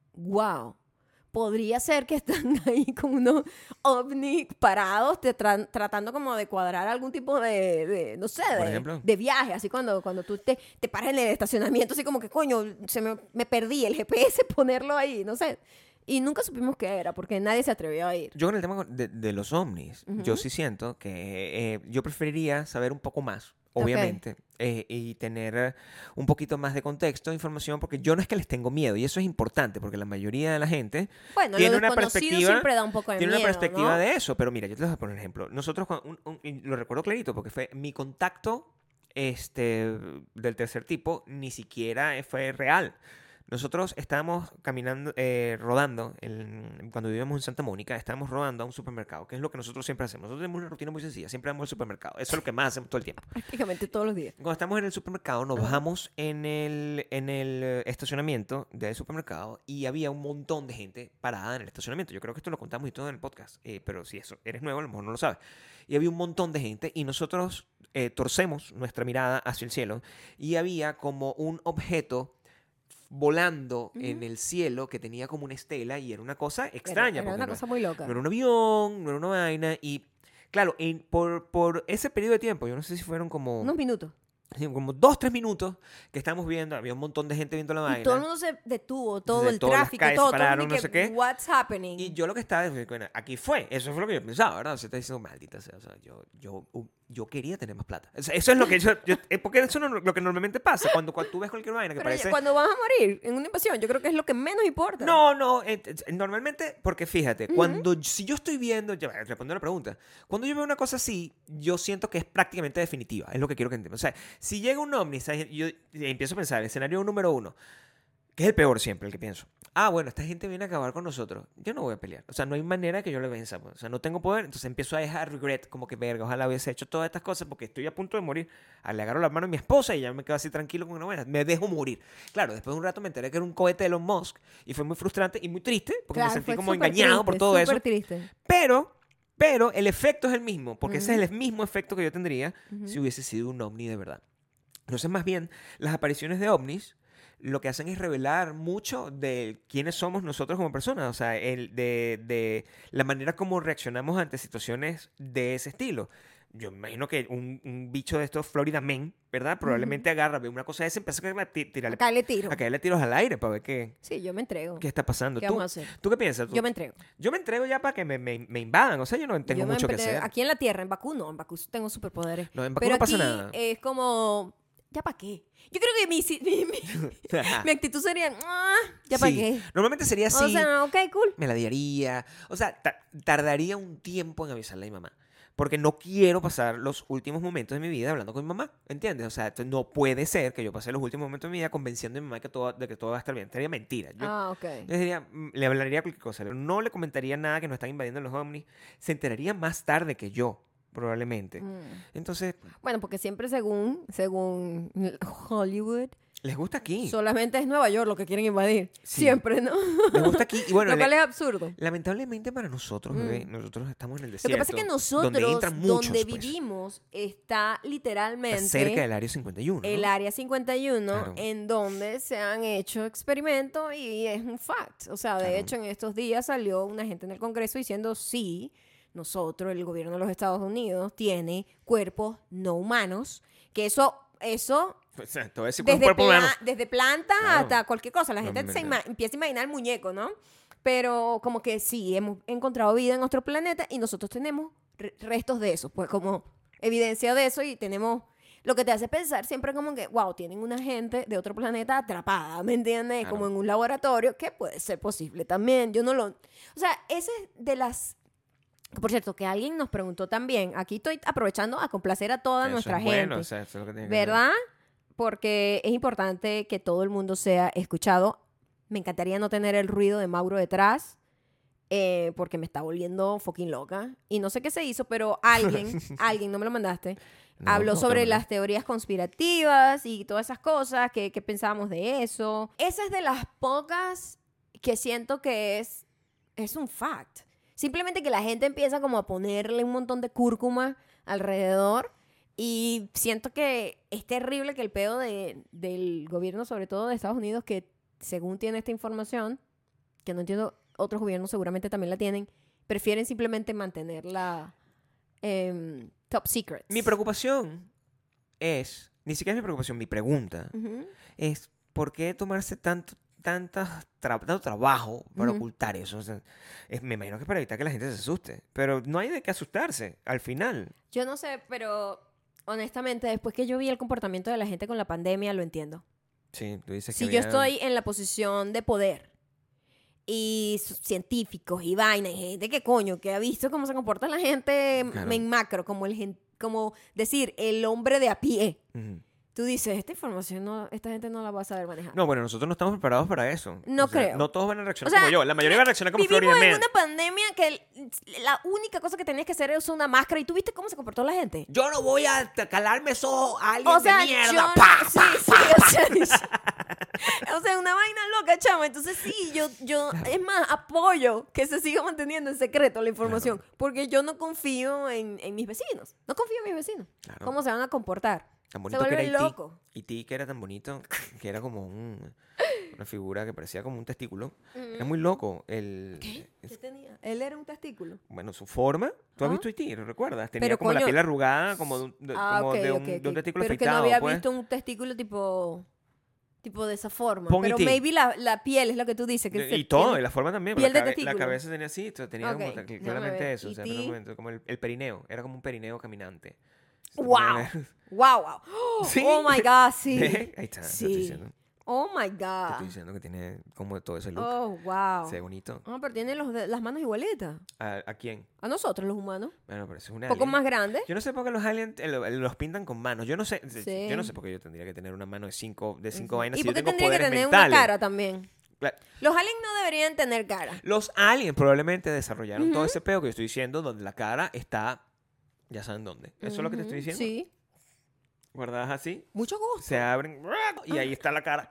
wow, podría ser que están ahí con unos ovnis parados te tra- tratando como de cuadrar algún tipo de, de, no sé, Por de, ejemplo. de viaje. Así cuando, cuando tú te, te paras en el estacionamiento, así como que, coño, se me, me perdí el G P S, ponerlo ahí, no sé. Y nunca supimos qué era, porque nadie se atrevió a ir. Yo con el tema de, de los ovnis, Ujú. yo sí siento que eh, yo preferiría saber un poco más, obviamente, eh, y tener eh, un poquito más de contexto, información, porque yo no es que les tengo miedo, y eso es importante, porque la mayoría de la gente Bueno, tiene lo una desconocido perspectiva- siempre da un poco de tiene miedo, una perspectiva ¿no? de eso, pero mira, yo te voy a poner un ejemplo. Nosotros, con un- un- y lo recuerdo clarito, porque fue mi contacto este, del tercer tipo, ni siquiera fue real. Nosotros estábamos caminando, eh, rodando, en- cuando vivíamos en Santa Mónica, estábamos rodando a un supermercado, que es lo que nosotros siempre hacemos. Nosotros tenemos una rutina muy sencilla, siempre vamos al supermercado. Eso es lo que más hacemos todo el tiempo. Prácticamente todos los días. Cuando estamos en el supermercado, nos Ajá. bajamos en el, en el eh, estacionamiento del supermercado y había un montón de gente parada en el estacionamiento. Yo creo que esto lo contamos y todo en el podcast, eh, pero si eso eres nuevo, a lo mejor no lo sabes. Y había un montón de gente y nosotros eh, torcemos nuestra mirada hacia el cielo y había como un objeto volando Ujú. en el cielo que tenía como una estela y era una cosa Era, extraña. era porque una no- cosa muy loca. no era un avión, no era una vaina. Y claro, en- por, por ese periodo de tiempo, yo no sé si fueron como, Unos minutos. sí, como dos, tres minutos que estábamos viendo, había un montón de gente viendo la vaina. Y todo el mundo se detuvo, todo De el todas las tráfico, calles todo, pararon, todo el no mundo sé que, qué. what's happening? Y yo lo que estaba, bueno, aquí fue, eso fue lo que yo pensaba, ¿verdad? Se está diciendo, maldita sea, o sea, yo, yo, uh, yo quería tener más plata. O sea, eso es lo que yo, yo- eh, porque eso no es lo que normalmente pasa, cuando, cuando tú ves cualquier vaina que Pero parece... cuando vas a morir en una invasión, yo creo que es lo que menos importa. No, no, eh, eh, normalmente, porque fíjate, cuando, si yo estoy viendo, ya, respondo a la pregunta, cuando yo veo una cosa así, yo siento que es prácticamente definitiva, es lo que quiero que entiendan. O sea, si llega un ovni, ¿sabes? Yo empiezo a pensar, el escenario número uno, que es el peor siempre, el que pienso. Ah, bueno, esta gente viene a acabar con nosotros. Yo no voy a pelear. O sea, no hay manera que yo le venza. Pues. O sea, no tengo poder. Entonces empiezo a dejar regret, como que verga, ojalá hubiese hecho todas estas cosas porque estoy a punto de morir. Ah, le agarro la mano a mi esposa y ya me quedo así tranquilo con una buena. Me dejo morir. Claro, después de un rato me enteré que era un cohete de Elon Musk y fue muy frustrante y muy triste porque Claro, me sentí fue como súper engañado por triste, todo eso. súper triste. Pero, pero el efecto es el mismo, porque ese Ujú. es el mismo efecto que yo tendría Ujú. si hubiese sido un ovni de verdad. Entonces, más bien, las apariciones de ovnis lo que hacen es revelar mucho de quiénes somos nosotros como personas, o sea, el, de, de la manera como reaccionamos ante situaciones de ese estilo. Yo me imagino que un, un bicho de estos Florida Man, ¿verdad? Probablemente agarra, ve una cosa de esa y empieza a ti- tirarle, Acá le tiro. a caerle tiros al aire para ver qué, Sí, yo me entrego. qué está pasando. ¿Qué ¿Tú, vamos a hacer? ¿Tú qué piensas? ¿Tú- Yo me entrego. yo me entrego ya para que me, me, me invadan, o sea, yo no tengo Yo me mucho que entrego. hacer. Aquí en la Tierra, en Bakú no, en Bakú tengo superpoderes. No, en Bakú Pero no pasa aquí nada. es como, ¿ya para qué? Yo creo que mi, si- mi, mi- mi actitud sería, ah, ¿ya para Sí, qué? normalmente sería así. O sea, ok, cool. Me la diaría. O sea, ta- tardaría un tiempo en avisarle a mi mamá. Porque no quiero pasar los últimos momentos de mi vida hablando con mi mamá. ¿Entiendes? O sea, esto no puede ser que yo pase los últimos momentos de mi vida convenciendo a mi mamá que todo, de que todo va a estar bien. Sería mentira. Yo, Ah, ok. yo diría, mm, le hablaría cualquier cosa. No le comentaría nada que nos están invadiendo los ovnis. Se enteraría más tarde que yo, probablemente. Mm. Entonces, Bueno, porque siempre según, según Hollywood, Les gusta aquí. Solamente es Nueva York lo que quieren invadir. Sí. Siempre, ¿no? Les gusta aquí. Y bueno, lo cual le, es absurdo. Lamentablemente para nosotros, mm. bebé, nosotros estamos en el desierto. Lo que pasa es que nosotros, donde, entran muchos, donde vivimos, pues, está literalmente... Está cerca del Área cincuenta y uno. El ¿no? Área cincuenta y uno, claro. En donde se han hecho experimentos y es un fact. O sea, de claro. hecho, en estos días salió una gente en el Congreso diciendo, sí, nosotros, el gobierno de los Estados Unidos, tiene cuerpos no humanos, que eso... eso Exacto, desde, pla- desde planta claro. hasta cualquier cosa. La gente no, se ima- empieza a imaginar el muñeco, ¿no? Pero como que sí, hemos encontrado vida en nuestro planeta y nosotros tenemos re- restos de eso, pues como evidencia de eso y tenemos... Lo que te hace pensar siempre como que, wow, tienen una gente de otro planeta atrapada, ¿me entiendes? Claro. Como en un laboratorio, que puede ser posible también. Yo no lo... O sea, ese es de las... Por cierto, que alguien nos preguntó también, aquí estoy aprovechando a complacer a toda eso nuestra es gente, bueno, o sea, eso es lo que tiene que ¿verdad? Ver. Porque es importante que todo el mundo sea escuchado. Me encantaría no tener el ruido de Mauro detrás, eh, porque me está volviendo fucking loca. Y no sé qué se hizo, pero alguien, alguien, no me lo mandaste, no, habló no, sobre las teorías conspirativas y todas esas cosas, que, que pensábamos de eso. Esa es de las pocas que siento que es, es un fact. Simplemente que la gente empieza como a ponerle un montón de cúrcuma alrededor y siento que es terrible que el pedo de, del gobierno, sobre todo de Estados Unidos, que según tiene esta información, que no entiendo, otros gobiernos seguramente también la tienen, prefieren simplemente mantenerla eh, top secret. Mi preocupación es, ni siquiera es mi preocupación, mi pregunta uh-huh. es ¿por qué tomarse tanto Tantas tra- tanto trabajo para uh-huh. ocultar eso? O sea, es, me imagino que es para evitar que la gente se asuste. Pero no hay de qué asustarse, al final. Yo no sé, pero honestamente, después que yo vi el comportamiento de la gente con la pandemia, lo entiendo. Sí, tú dices que Si había... yo estoy en la posición de poder y científicos y vainas y gente que coño, que ha visto cómo se comporta la gente claro. en macro, como, el, como decir, el hombre de a pie. Uh-huh. Tú dices, esta información, no, esta gente no la va a saber manejar. No, bueno, nosotros no estamos preparados para eso. No o sea, creo. No todos van a reaccionar o sea, como yo. La mayoría van a reaccionar como Florida Man. Vivimos en una pandemia que la única cosa que tenías que hacer es usar una máscara. ¿Y tú viste cómo se comportó la gente? Yo no voy a calarme eso a alguien o sea, de mierda. Yo, ¡Pah, sí, pah, sí, pah! O sea, o sea, una vaina loca, chama. Entonces sí, yo, yo es más, apoyo que se siga manteniendo en secreto la información. Claro. Porque yo no confío en, en mis vecinos. No confío en mis vecinos. Claro. ¿Cómo se van a comportar? Tan bonito se vuelve que era loco. E T, que era tan bonito, que era como un, una figura que parecía como un testículo. Mm. Era muy loco. El, ¿Qué? ¿Qué tenía? Él era un testículo. Bueno, su forma. ¿Tú has ¿Ah? visto E T? ¿Lo recuerdas? Tenía Pero, como coño, la piel arrugada, como de un, de, ah, como okay, de un, okay, okay. de un testículo Pero afeitado. Pero que no había pues. visto un testículo tipo... Tipo de esa forma. Pon pero E T. maybe la, la piel es lo que tú dices. Que y todo, tiene, y la forma también. Piel la, de cabe, la cabeza tenía así, tenía okay. como claramente eso. O sea, no, como el, el perineo. Era como un perineo caminante. ¡Wow! ¡Wow, wow! Oh, ¿Sí? Oh my God, sí. ¿Ve? Ahí está, sí. estoy diciendo. Oh my God. Te estoy diciendo que tiene como todo ese look. Oh, wow. Se ve bonito. Ah, pero tiene los de, las manos igualitas. ¿A, ¿A quién? A nosotros, los humanos. Bueno, pero es un alien. Un poco más grande. Yo no sé por qué los aliens eh, los pintan con manos. Yo no sé. Sí. Yo no sé por qué yo tendría que tener una mano de cinco, de cinco sí. vainas. ¿Y si por qué yo tengo tendría que tener mentales? Una cara también? Claro. Los aliens no deberían tener cara. Los aliens probablemente desarrollaron uh-huh. todo ese peo que yo estoy diciendo, donde la cara está. Ya saben dónde. ¿Eso uh-huh. es lo que te estoy diciendo? Sí. ¿Guardadas así? Mucho gusto. Se abren y ahí está la cara.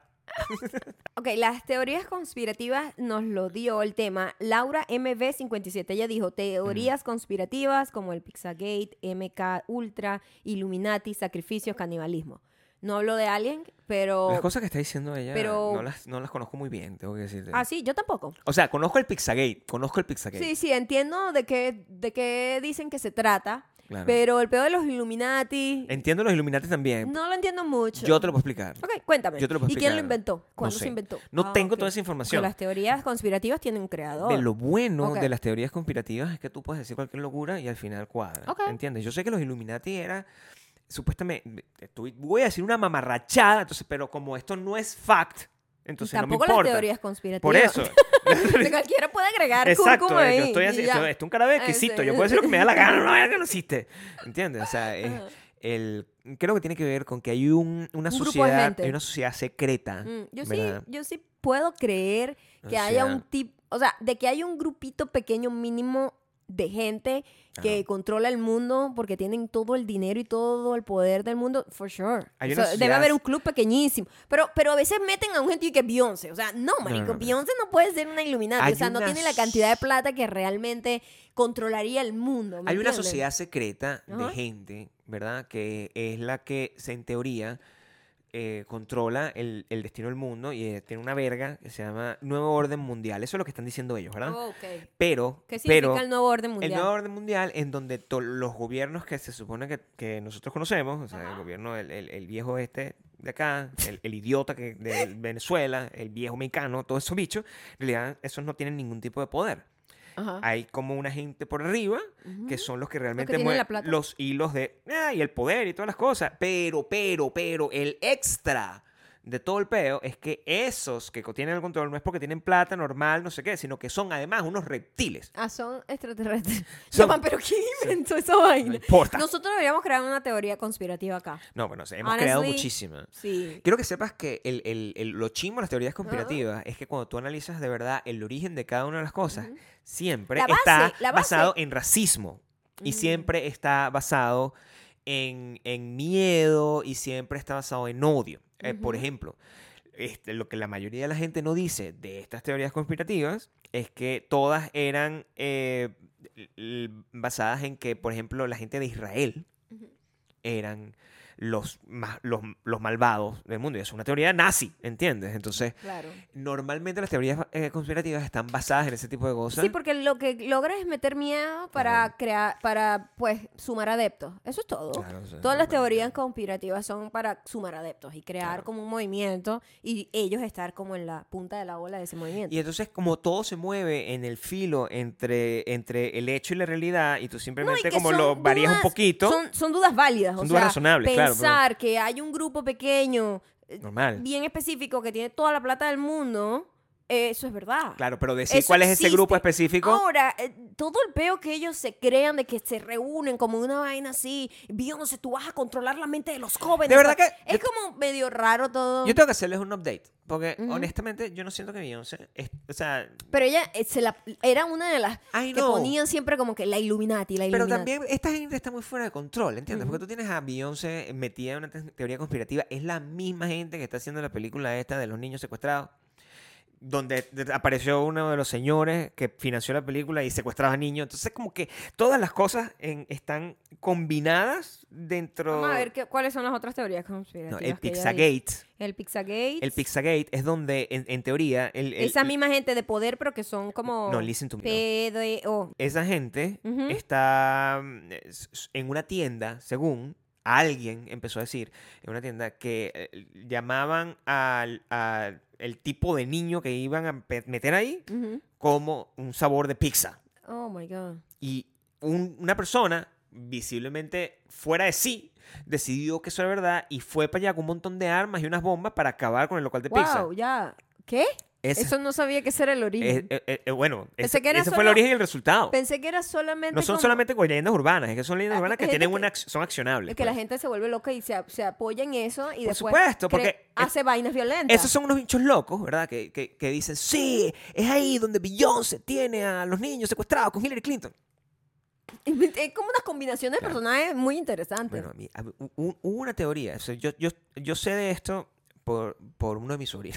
Ok, las teorías conspirativas nos lo dio el tema Laura M V cincuenta y siete. Ella dijo teorías mm. conspirativas como el Pizzagate, M K Ultra, Illuminati, sacrificios, canibalismo. No hablo de Alien, pero... Las cosas que está diciendo ella pero... no, las, no las conozco muy bien, tengo que decirte. Ah, sí, yo tampoco. O sea, conozco el Pizzagate, conozco el Pizzagate. Sí, sí, entiendo de qué, de qué dicen que se trata. Claro. Pero el peor de los Illuminati... Entiendo los Illuminati también. No lo entiendo mucho. Yo te lo puedo explicar. Ok, cuéntame. Yo te lo puedo ¿Y explicar. quién lo inventó? ¿Cuándo no sé. se inventó? No ah, tengo okay. toda esa información. Pero las teorías conspirativas tienen un creador. De lo bueno okay. de las teorías conspirativas es que tú puedes decir cualquier locura y al final cuadra. Okay. ¿Entiendes? Yo sé que los Illuminati era... Supuestamente... Voy a decir una mamarrachada, entonces, pero como esto no es fact... Entonces no me importa. Tampoco las teorías conspirativas. Por eso. De cualquiera puede agregar exacto, cúrcuma ahí. Yo estoy así, esto, esto es un cara de exquisito. Yo puedo decir lo que me da la gana, no, que no existe. ¿Entiendes? O sea, es, el, creo que tiene que ver con que hay un, una un sociedad, hay una sociedad secreta. Mm, yo sí, yo sí puedo creer que o sea, haya un tipo, o sea, de que haya un grupito pequeño mínimo de gente que Ajá. controla el mundo porque tienen todo el dinero y todo el poder del mundo, for sure. O sea, debe haber un club pequeñísimo. Pero, pero a veces meten a un gente que es Beyoncé. O sea, no, marico, no, no, no. Beyoncé no puede ser una Illuminati. Hay o sea, no tiene la cantidad de plata que realmente controlaría el mundo. Hay entiendes? Una sociedad secreta de Ajá. gente, ¿verdad? Que es la que, se, en teoría... Eh, controla el, el destino del mundo y eh, tiene una verga que se llama Nuevo Orden Mundial. Eso es lo que están diciendo ellos, ¿verdad? Oh, okay. Pero, ¿qué significa pero, el Nuevo Orden Mundial? El Nuevo Orden Mundial en donde to- los gobiernos que se supone que, que nosotros conocemos, o sea, Ajá. el gobierno, el, el, el viejo este de acá, el, el idiota que, de Venezuela, el viejo mexicano, todos esos bichos, en realidad esos no tienen ningún tipo de poder. Ajá. Hay como una gente por arriba uh-huh. que son los que realmente mueven los hilos de ah, y el poder y todas las cosas, pero, pero, pero el extra de todo el peo es que esos que tienen el control no es porque tienen plata normal, no sé qué, sino que son además unos reptiles. Ah, son extraterrestres. Son... Llaman, pero ¿quién inventó sí. esa vaina? No importa. Nosotros deberíamos crear una teoría conspirativa acá. No, bueno, o sea, hemos Honestly, creado muchísimas. Sí. Quiero que sepas que el, el, el, lo chimo de las teorías conspirativas uh-huh. es que cuando tú analizas de verdad el origen de cada una de las cosas, uh-huh. siempre base, está basado en racismo. Uh-huh. Y siempre está basado en, en miedo y siempre está basado en odio. Uh-huh. Eh, por ejemplo, este, lo que la mayoría de la gente no dice de estas teorías conspirativas es que todas eran eh, basadas en que, por ejemplo, la gente de Israel uh-huh. eran los, los, los malvados del mundo. Y es una teoría nazi, ¿entiendes? Entonces, claro. normalmente las teorías eh, conspirativas están basadas en ese tipo de cosas. Sí, porque lo que logra es meter miedo para claro. crear, para, pues, sumar adeptos. Eso es todo. Claro, o sea, Todas las teorías conspirativas son para sumar adeptos y crear claro. como un movimiento y ellos estar como en la punta de la ola de ese movimiento. Y entonces, como todo se mueve en el filo entre, entre el hecho y la realidad, y tú simplemente no, y como lo varías dudas, un poquito. Son, son dudas válidas. Son o dudas sea, razonables, pensar claro. Pero... que hay un grupo pequeño, normal, bien específico, que tiene toda la plata del mundo, eh, eso es verdad. Claro, pero decir eso cuál es existe. ese grupo específico. Ahora, eh, todo el peo que ellos se crean de que se reúnen como una vaina así, Beyoncé, tú vas a controlar la mente de los jóvenes. De verdad que... Es yo, como medio raro todo. Yo tengo que hacerles un update, porque uh-huh. honestamente yo no siento que Beyoncé, es, o sea... Pero ella eh, se la, era una de las I que know. ponían siempre como que la Illuminati, la Illuminati. Pero también esta gente está muy fuera de control, ¿entiendes? Uh-huh. Porque tú tienes a Beyoncé metida en una te- teoría conspirativa, es la misma gente que está haciendo la película esta de los niños secuestrados, donde apareció uno de los señores que financió la película y secuestraba niños. Entonces, como que todas las cosas en, están combinadas dentro... Vamos a ver qué, cuáles son las otras teorías conspirativas. No, el Pizzagate. El Pizzagate. El Pizzagate es donde, en, en teoría... El, el, Esa misma gente de poder, pero que son como... No, listen to me. P D O. Esa gente uh-huh. está en una tienda, según... Alguien empezó a decir en una tienda que eh, llamaban al, al el tipo de niño que iban a pe- meter ahí uh-huh. como un sabor de pizza. Oh my God. Y un, una persona visiblemente fuera de sí decidió que eso era verdad y fue para allá con un montón de armas y unas bombas para acabar con el local de wow, pizza. Ya. ¿Qué? Esa, Eso no sabía que ese era el origen. Eh, eh, eh, bueno, ese, que ese solo, fue el origen y el resultado. Pensé que era solamente No son como, solamente leyendas urbanas, es que son leyendas urbanas que tienen que, una, son accionables. Es que pues. La gente se vuelve loca y se, se apoya en eso y Por después supuesto, porque hace es, vainas violentas. Esos son unos bichos locos, ¿verdad? Que, que, que dicen, sí, es ahí donde Beyoncé tiene a los niños secuestrados con Hillary Clinton. Es como unas combinaciones claro. de personajes muy interesantes. Bueno, a mí, a mí, hubo una teoría. O sea, yo, yo, yo sé de esto por, por uno de mis sobrinos.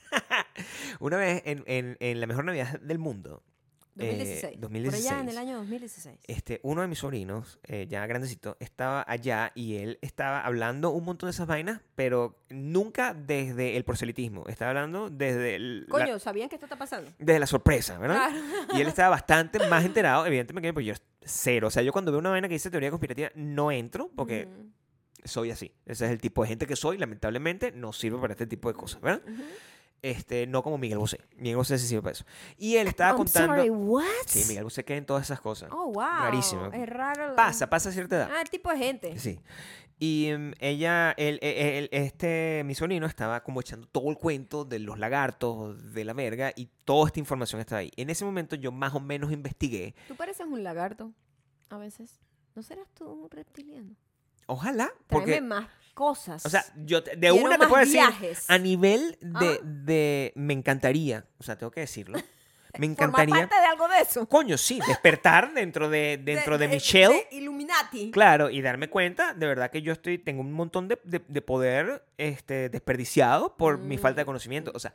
Una vez en, en, en la mejor Navidad del mundo, dos mil dieciséis. Eh, dos mil dieciséis. Por allá en el año dos mil dieciséis. Este, uno de mis sobrinos, eh, ya grandecito, estaba allá y él estaba hablando un montón de esas vainas, pero nunca desde el proselitismo. Estaba hablando desde el... Coño, la, ¿sabían que esto está pasando? Desde la sorpresa, ¿verdad? Claro. Y él estaba bastante más enterado, evidentemente, porque yo cero. O sea, yo cuando veo una vaina que dice teoría conspirativa, no entro porque... Uh-huh. Soy así. Ese es el tipo de gente que soy. Lamentablemente, no sirve para este tipo de cosas, ¿verdad? Uh-huh. Este, no como Miguel Bosé. Miguel Bosé sí sirve para eso. Y él estaba I'm contando... Sorry, what? Sí, Miguel Bosé queda en todas esas cosas. Oh, wow. Rarísimo. Es raro. Pasa, pasa a cierta edad. Ah, el tipo de gente. Sí. Y um, ella, el, el, el, este, mi sobrino estaba como echando todo el cuento de los lagartos, de la verga, y toda esta información estaba ahí. En ese momento yo más o menos investigué. Tú pareces un lagarto, a veces. ¿No serás tú un reptiliano? Ojalá. Porque, tráeme más cosas. O sea, yo te, de Quiero una te puedo decir, viajes. a nivel de, ¿Ah? de, me encantaría, o sea, tengo que decirlo, Me encantaría. Formar parte de algo de eso. Coño, sí, despertar dentro de, dentro de, de, de Michelle. De Illuminati. Claro, y darme cuenta, de verdad que yo estoy, tengo un montón de, de, de poder este, desperdiciado por mm. mi falta de conocimiento. O sea,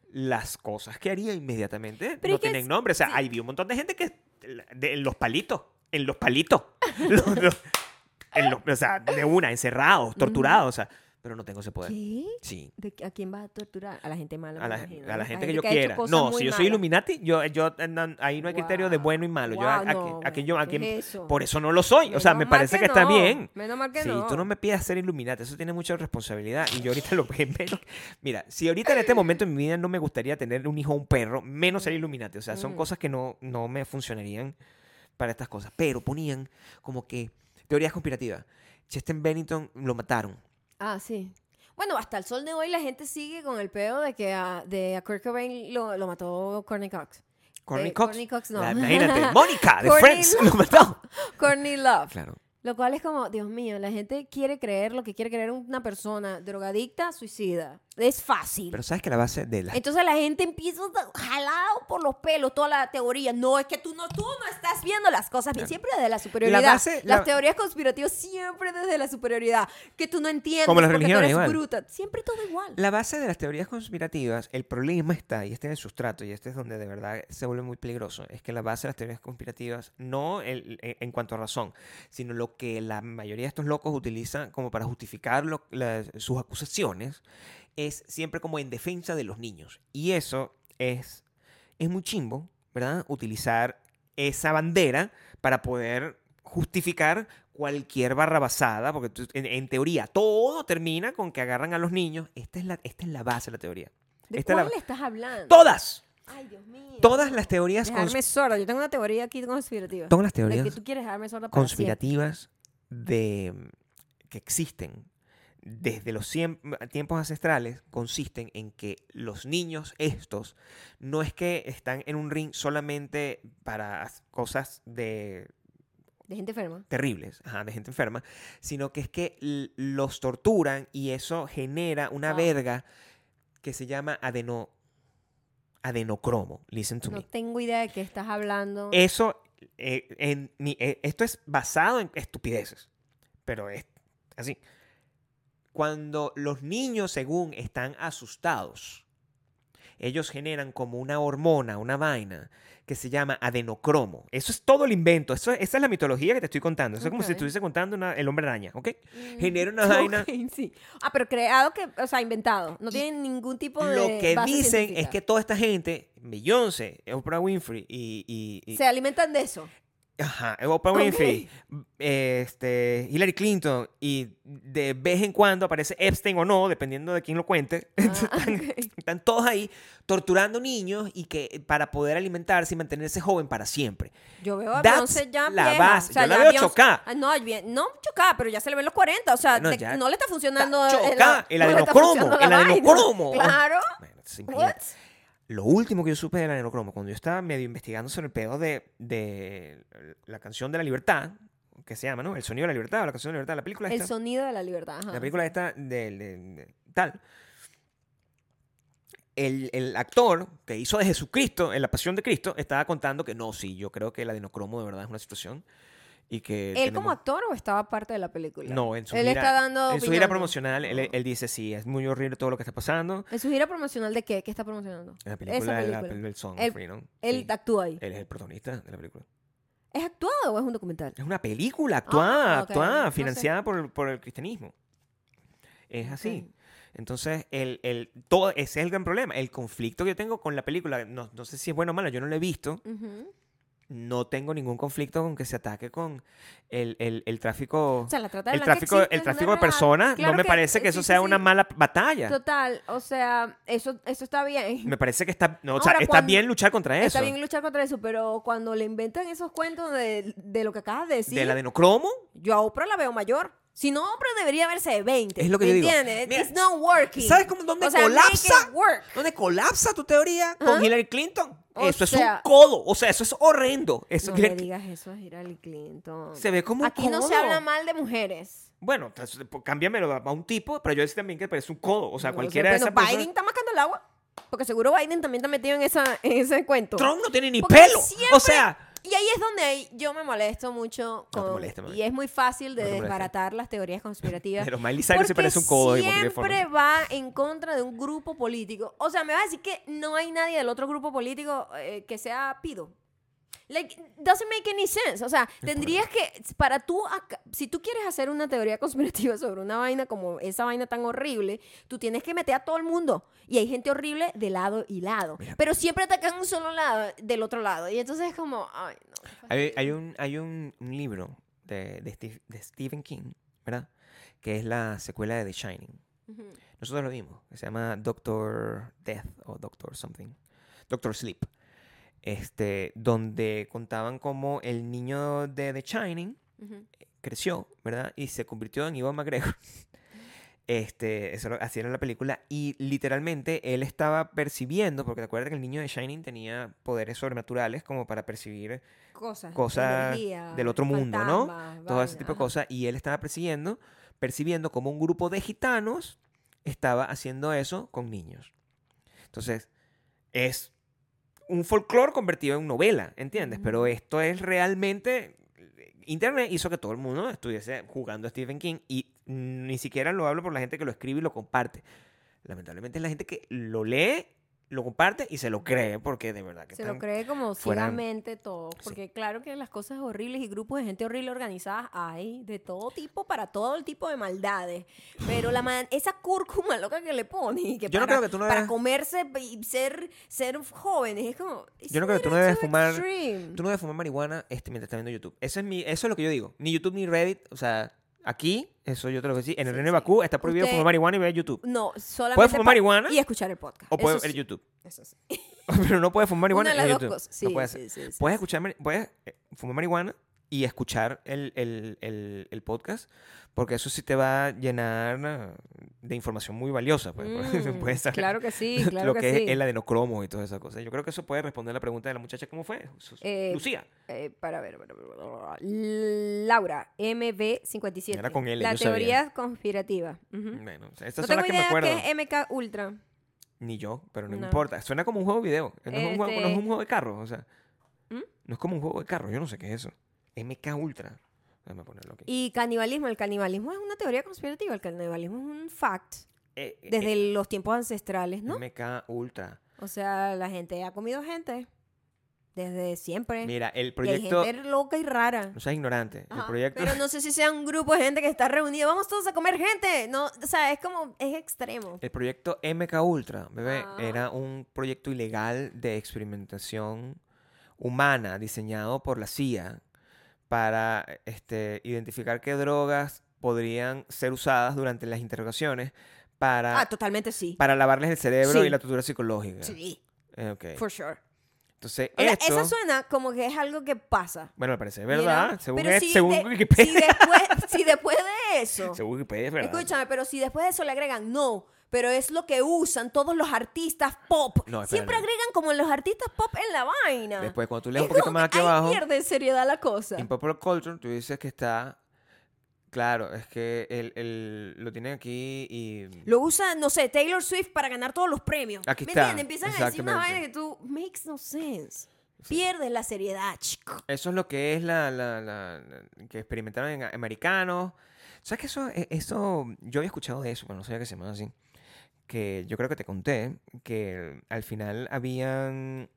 las cosas que haría inmediatamente Pero no tienen es, nombre. O sea, sí. Ahí vi un montón de gente que de, en los palitos, en los palitos, los, los, en los, o sea, de una, encerrados, torturados, mm. o sea, pero no tengo ese poder. ¿Qué? Sí. ¿De, ¿A quién vas a torturar? A la gente mala, a la, imagino, a la ¿no? gente a que yo que quiera. No, si yo soy malas. Illuminati, yo, yo, no, ahí no hay wow. criterio de bueno y malo. Wow, yo, no, aquí, aquí yo, aquí, es eso? Por eso no lo soy. Menos o sea, me parece que, que no. está bien. Menos mal que sí, no. tú no me pidas ser Illuminati, eso tiene mucha responsabilidad. Y yo ahorita lo menos. Mira, si ahorita en este momento en mi vida no me gustaría tener un hijo o un perro, menos ser Illuminati. O sea, son mm. cosas que no, no me funcionarían para estas cosas. Pero ponían como que teorías conspirativas. Chester Bennington lo mataron. Ah, sí. Bueno, hasta el sol de hoy la gente sigue con el pedo de que a, de a Kurt Cobain lo, lo mató Courtney Cox. Courtney Cox. Courtney Cox no. La, imagínate, Mónica de Friends lo mató. Courtney Love. Claro. Lo cual es como, Dios mío, la gente quiere creer lo que quiere creer una persona drogadicta, suicida. Es fácil. Pero sabes que la base de la... Entonces la gente empieza jalado por los pelos toda la teoría. No, es que tú no, tú no estás viendo las cosas bien. Claro. Siempre desde la superioridad. La base, las la... teorías conspirativas siempre desde la superioridad. Que tú no entiendes como las porque religiones, tú eres igual. bruta. Siempre todo igual. La base de las teorías conspirativas, el problema está, y este es el sustrato, y este es donde de verdad se vuelve muy peligroso, es que la base de las teorías conspirativas, no el, el, en cuanto a razón, sino lo que la mayoría de estos locos utilizan como para justificar lo, la, sus acusaciones, es siempre como en defensa de los niños. Y eso es, es muy chimbo, ¿verdad? Utilizar esa bandera para poder justificar cualquier barrabasada, porque tú, en, en teoría todo termina con que agarran a los niños. Esta es la, esta es la base de la teoría. ¿De esta cuál es la... estás hablando? ¡Todas! Ay, Dios mío. Todas las teorías... Dejarme cons... sorda. Yo tengo una teoría aquí conspirativa. Todas las teorías de que tú quieres dejarme sorda para conspirativas de, que existen desde los cien, tiempos ancestrales consisten en que los niños estos no es que están en un ring solamente para cosas de... De gente enferma. Terribles, ajá, de gente enferma, sino que es que l- los torturan y eso genera una wow. verga que se llama adeno, adenocromo. Listen to no me. No tengo idea de qué estás hablando. Eso, eh, en, eh, esto es basado en estupideces, pero es así. Cuando los niños, según están asustados, ellos generan como una hormona, una vaina, que se llama adenocromo. Eso es todo el invento. Eso, esa es la mitología que te estoy contando. Eso okay. es como si estuviese contando una, el hombre araña, ¿ok? Mm, Genera una okay, vaina... Sí. Ah, pero creado, que, o sea, inventado. No tiene ningún tipo de Lo que base dicen científica. es que toda esta gente, Beyoncé, Oprah Winfrey y... y, y se alimentan de eso. Ajá, Oprah Winfrey, okay. este, Hillary Clinton, y de vez en cuando aparece Epstein o no, dependiendo de quién lo cuente. Ah, están, okay. están todos ahí torturando niños y que para poder alimentarse y mantenerse joven para siempre. Yo veo a That's Beyoncé ya la vieja. base. O sea, yo la veo Beyoncé, chocada. No, bien, no chocada, pero ya se le ven los cuarenta. O sea, no, te, no le está funcionando. Chocada, el adenocromo, el adenocromo. Claro. Bueno, lo último que yo supe del adenocromo, cuando yo estaba medio investigando sobre el pedo de, de la canción de la libertad, que se llama, ¿no? El sonido de la libertad, o la canción de la libertad, la película esta. El sonido de la libertad, ajá. La película esta de, de, de tal. El, el actor que hizo de Jesucristo, en La Pasión de Cristo, estaba contando que no, sí, yo creo que el adenocromo de verdad es una situación. Y que ¿Él tenemos... como actor o estaba parte de la película? No, en su él gira, está dando en su gira promocional, no. él, él dice, sí, es muy horrible todo lo que está pasando. ¿En su gira promocional de qué? ¿Qué está promocionando? En la película, película. La, el Song él, of Freedom. Él sí. actúa ahí. Él es el protagonista de la película. ¿Es actuado o es un documental? Es una película actuada, ah, okay. actuada, no financiada sé. por, por el cristianismo. Es así. Okay. Entonces, el, el, todo, ese es el gran problema. El conflicto que yo tengo con la película, no, no sé si es bueno o malo, yo no la he visto. Uh-huh. No tengo ningún conflicto con que se ataque con el, el, el tráfico. O sea, la trata de el tráfico, el tráfico de personas. Claro no me que, parece que eso sí, sea sí, una sí. mala batalla. Total, o sea, eso, eso está bien. Me parece que está, no, o Ahora, sea, está bien luchar contra eso. Está bien luchar contra eso, pero cuando le inventan esos cuentos de, de lo que acabas de decir. ¿Del adenocromo? Yo a Oprah la veo mayor. Si no, Oprah debería verse de veinte. Es lo que ¿me yo digo. entiendes? Mira, It's not working. ¿Sabes cómo, dónde o sea, colapsa? Work. ¿Dónde colapsa tu teoría ¿Ah? con Hillary Clinton? O eso sea, es un codo. O sea, eso es horrendo. Eso, no Hillary... le digas eso a Hillary Clinton. Se ve como un Aquí codo. no se habla mal de mujeres. Bueno, entonces, cámbiamelo a un tipo, pero yo decía también que parece un codo. O sea, cualquiera o sea, de esas Biden personas... está mascando el agua. Porque seguro Biden también está metido en, esa, en ese cuento. Trump no tiene ni Porque pelo. siempre- O sea, Y ahí es donde ahí yo me molesto mucho. No te Con, molestes, mami. y es muy fácil de No te molestes. desbaratar las teorías conspirativas. pero Miley Cyrus se Porque parece un codo de cualquier siempre forma. va en contra de un grupo político. O sea, me va a decir que no hay nadie del otro grupo político eh, que sea pido. Like, doesn't make any sense. O sea, tendrías que, para tú, acá- si tú quieres hacer una teoría conspirativa sobre una vaina como esa vaina tan horrible, tú tienes que meter a todo el mundo. Y hay gente horrible de lado y lado. Mira. Pero siempre atacan un solo lado, del otro lado. Y entonces es como, ay, no. Hay, hay un, hay un, un libro de, de, Steve- de Stephen King, ¿verdad? Que es la secuela de The Shining. Ujú. Nosotros lo vimos. Que se llama Doctor Death o Doctor Something. Doctor Sleep. Este, donde contaban cómo el niño de The Shining Ujú. creció, ¿verdad? Y se convirtió en Ewan McGregor. Este, eso lo- así era la película. Y literalmente él estaba percibiendo, porque te acuerdas que el niño de Shining tenía poderes sobrenaturales como para percibir Cosas. cosas energía, del otro mundo, ¿no? fantasmas, todo ese vaina, tipo de ajá. cosas. Y él estaba percibiendo, percibiendo como un grupo de gitanos estaba haciendo eso con niños. Entonces, es un folclore convertido en novela, ¿entiendes? Pero Ujú. esto es realmente... Internet hizo que todo el mundo estuviese jugando a Stephen King y ni siquiera lo hablo por la gente que lo escribe y lo comparte. Lamentablemente es la gente que lo lee, lo comparte y se lo cree porque de verdad que Se lo están- cree como fuera- ciegamente todo. Porque claro que las cosas horribles y grupos de gente horrible organizadas hay de todo tipo para todo el tipo de maldades. Pero la man- esa cúrcuma loca que le pone y que Yo no para, creo que tú no para debes- comerse y ser, ser jóvenes es como... Yo no creo que tú no "It's debes too fumar- extreme". Tú no debes fumar marihuana este, mientras estás viendo YouTube. Eso es, mi, eso es lo que yo digo. Ni YouTube ni Reddit. O sea, aquí, eso yo te lo voy a decir. En el Sí, Reino de sí. Bakú está prohibido Usted- fumar marihuana y ver YouTube. No, solamente ¿Puedes fumar pa- marihuana? y escuchar el podcast. O puedes Eso ver sí, YouTube. eso sí. Pero no puedes fumar marihuana Una de en las dos YouTube. cosas. Sí, no puedes sí, hacer. sí, sí, puedes sí. escuchar, mari- puedes eh, fumar marihuana y escuchar el, el, el, el podcast, porque eso sí te va a llenar eh, de información muy valiosa. Pues. Mm, Puedes saber claro que sí, claro lo que, que sí. es el adenocromo y todas esas cosas. Yo creo que eso puede responder la pregunta de la muchacha, ¿cómo fue? Sus- Eh, Lucía. Eh, para ver, para ver, para ver. Laura, M B cincuenta y siete. Era con L, La yo sabía. teoría conspirativa. Ujú. Bueno, estas No son tengo las que me idea acuerdo. qué es M K Ultra. Ni yo, pero no, No. importa. Suena como un juego de video. No, es un juego, no es Este- un juego de carro, o sea. ¿Mm? No es como un juego de carro, yo no sé qué es eso. M K Ultra. Déjame ponerlo aquí. Y canibalismo. El canibalismo es una teoría conspirativa. El canibalismo es un fact Eh, eh, desde los tiempos ancestrales, ¿no? M K Ultra. O sea, la gente ha comido gente desde siempre. Mira, el y hay proyecto... gente loca y rara. No seas ignorante. El Ajá, proyecto... Pero no sé si sea un grupo de gente que está reunido. Vamos todos a comer gente. No, o sea, es como, es extremo. El proyecto M K Ultra, bebé, Ah. era un proyecto ilegal de experimentación humana diseñado por la C I A para este, identificar qué drogas podrían ser usadas durante las interrogaciones para, Ah, totalmente sí. para lavarles el cerebro Sí. y la tortura psicológica. Sí, Eh, ok. for sure. Entonces, O sea, esto... Eso suena como que es algo que pasa. Bueno, me parece you verdad. know? Según, Pero es- si según de- Wikipedia. Si después, si después de eso, Según Wikipedia es verdad. escúchame, pero si después de eso le agregan, no, pero es lo que usan todos los artistas pop. No, Siempre espérate. agregan como los artistas pop en la vaina. Después, cuando tú lees Es un poquito como más que aquí ahí abajo, pierde seriedad la cosa. en Popular Culture, tú dices que está... Claro, es que el, el- lo tienen aquí y... Lo usa, no sé, Taylor Swift para ganar todos los premios. Aquí ¿Me está, entiendes? Empiezan a decir una exactamente. vaina que tú, makes no sense. Pierdes la seriedad, chico. Eso es lo que es la, la, la- la- que experimentaron en americanos. ¿Sabes que eso, e- eso, yo había escuchado de eso, pero no sabía que se llamaba así. Que yo creo que te conté que al final habían...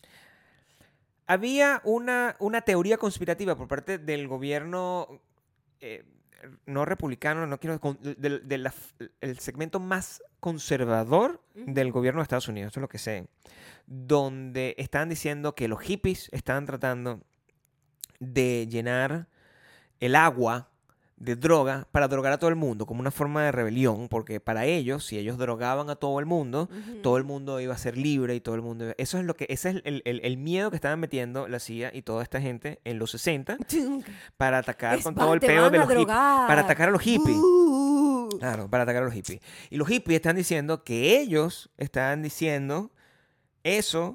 Había una, una teoría conspirativa por parte del gobierno eh, no republicano, no quiero... con- del de la- el segmento más conservador Ujú. del gobierno de Estados Unidos, eso es lo que sé, donde estaban diciendo que los hippies estaban tratando de llenar el agua de droga para drogar a todo el mundo como una forma de rebelión, porque para ellos, si ellos drogaban a todo el mundo, Ujú. todo el mundo iba a ser libre y todo el mundo iba- eso es lo que ese es el, el- el miedo que estaban metiendo la C I A y toda esta gente en los sesenta para atacar Es con más, todo el te peo van de a los hippies, drogar. para atacar a los hippies. Uh. Claro, para atacar a los hippies. Y los hippies están diciendo que ellos están diciendo eso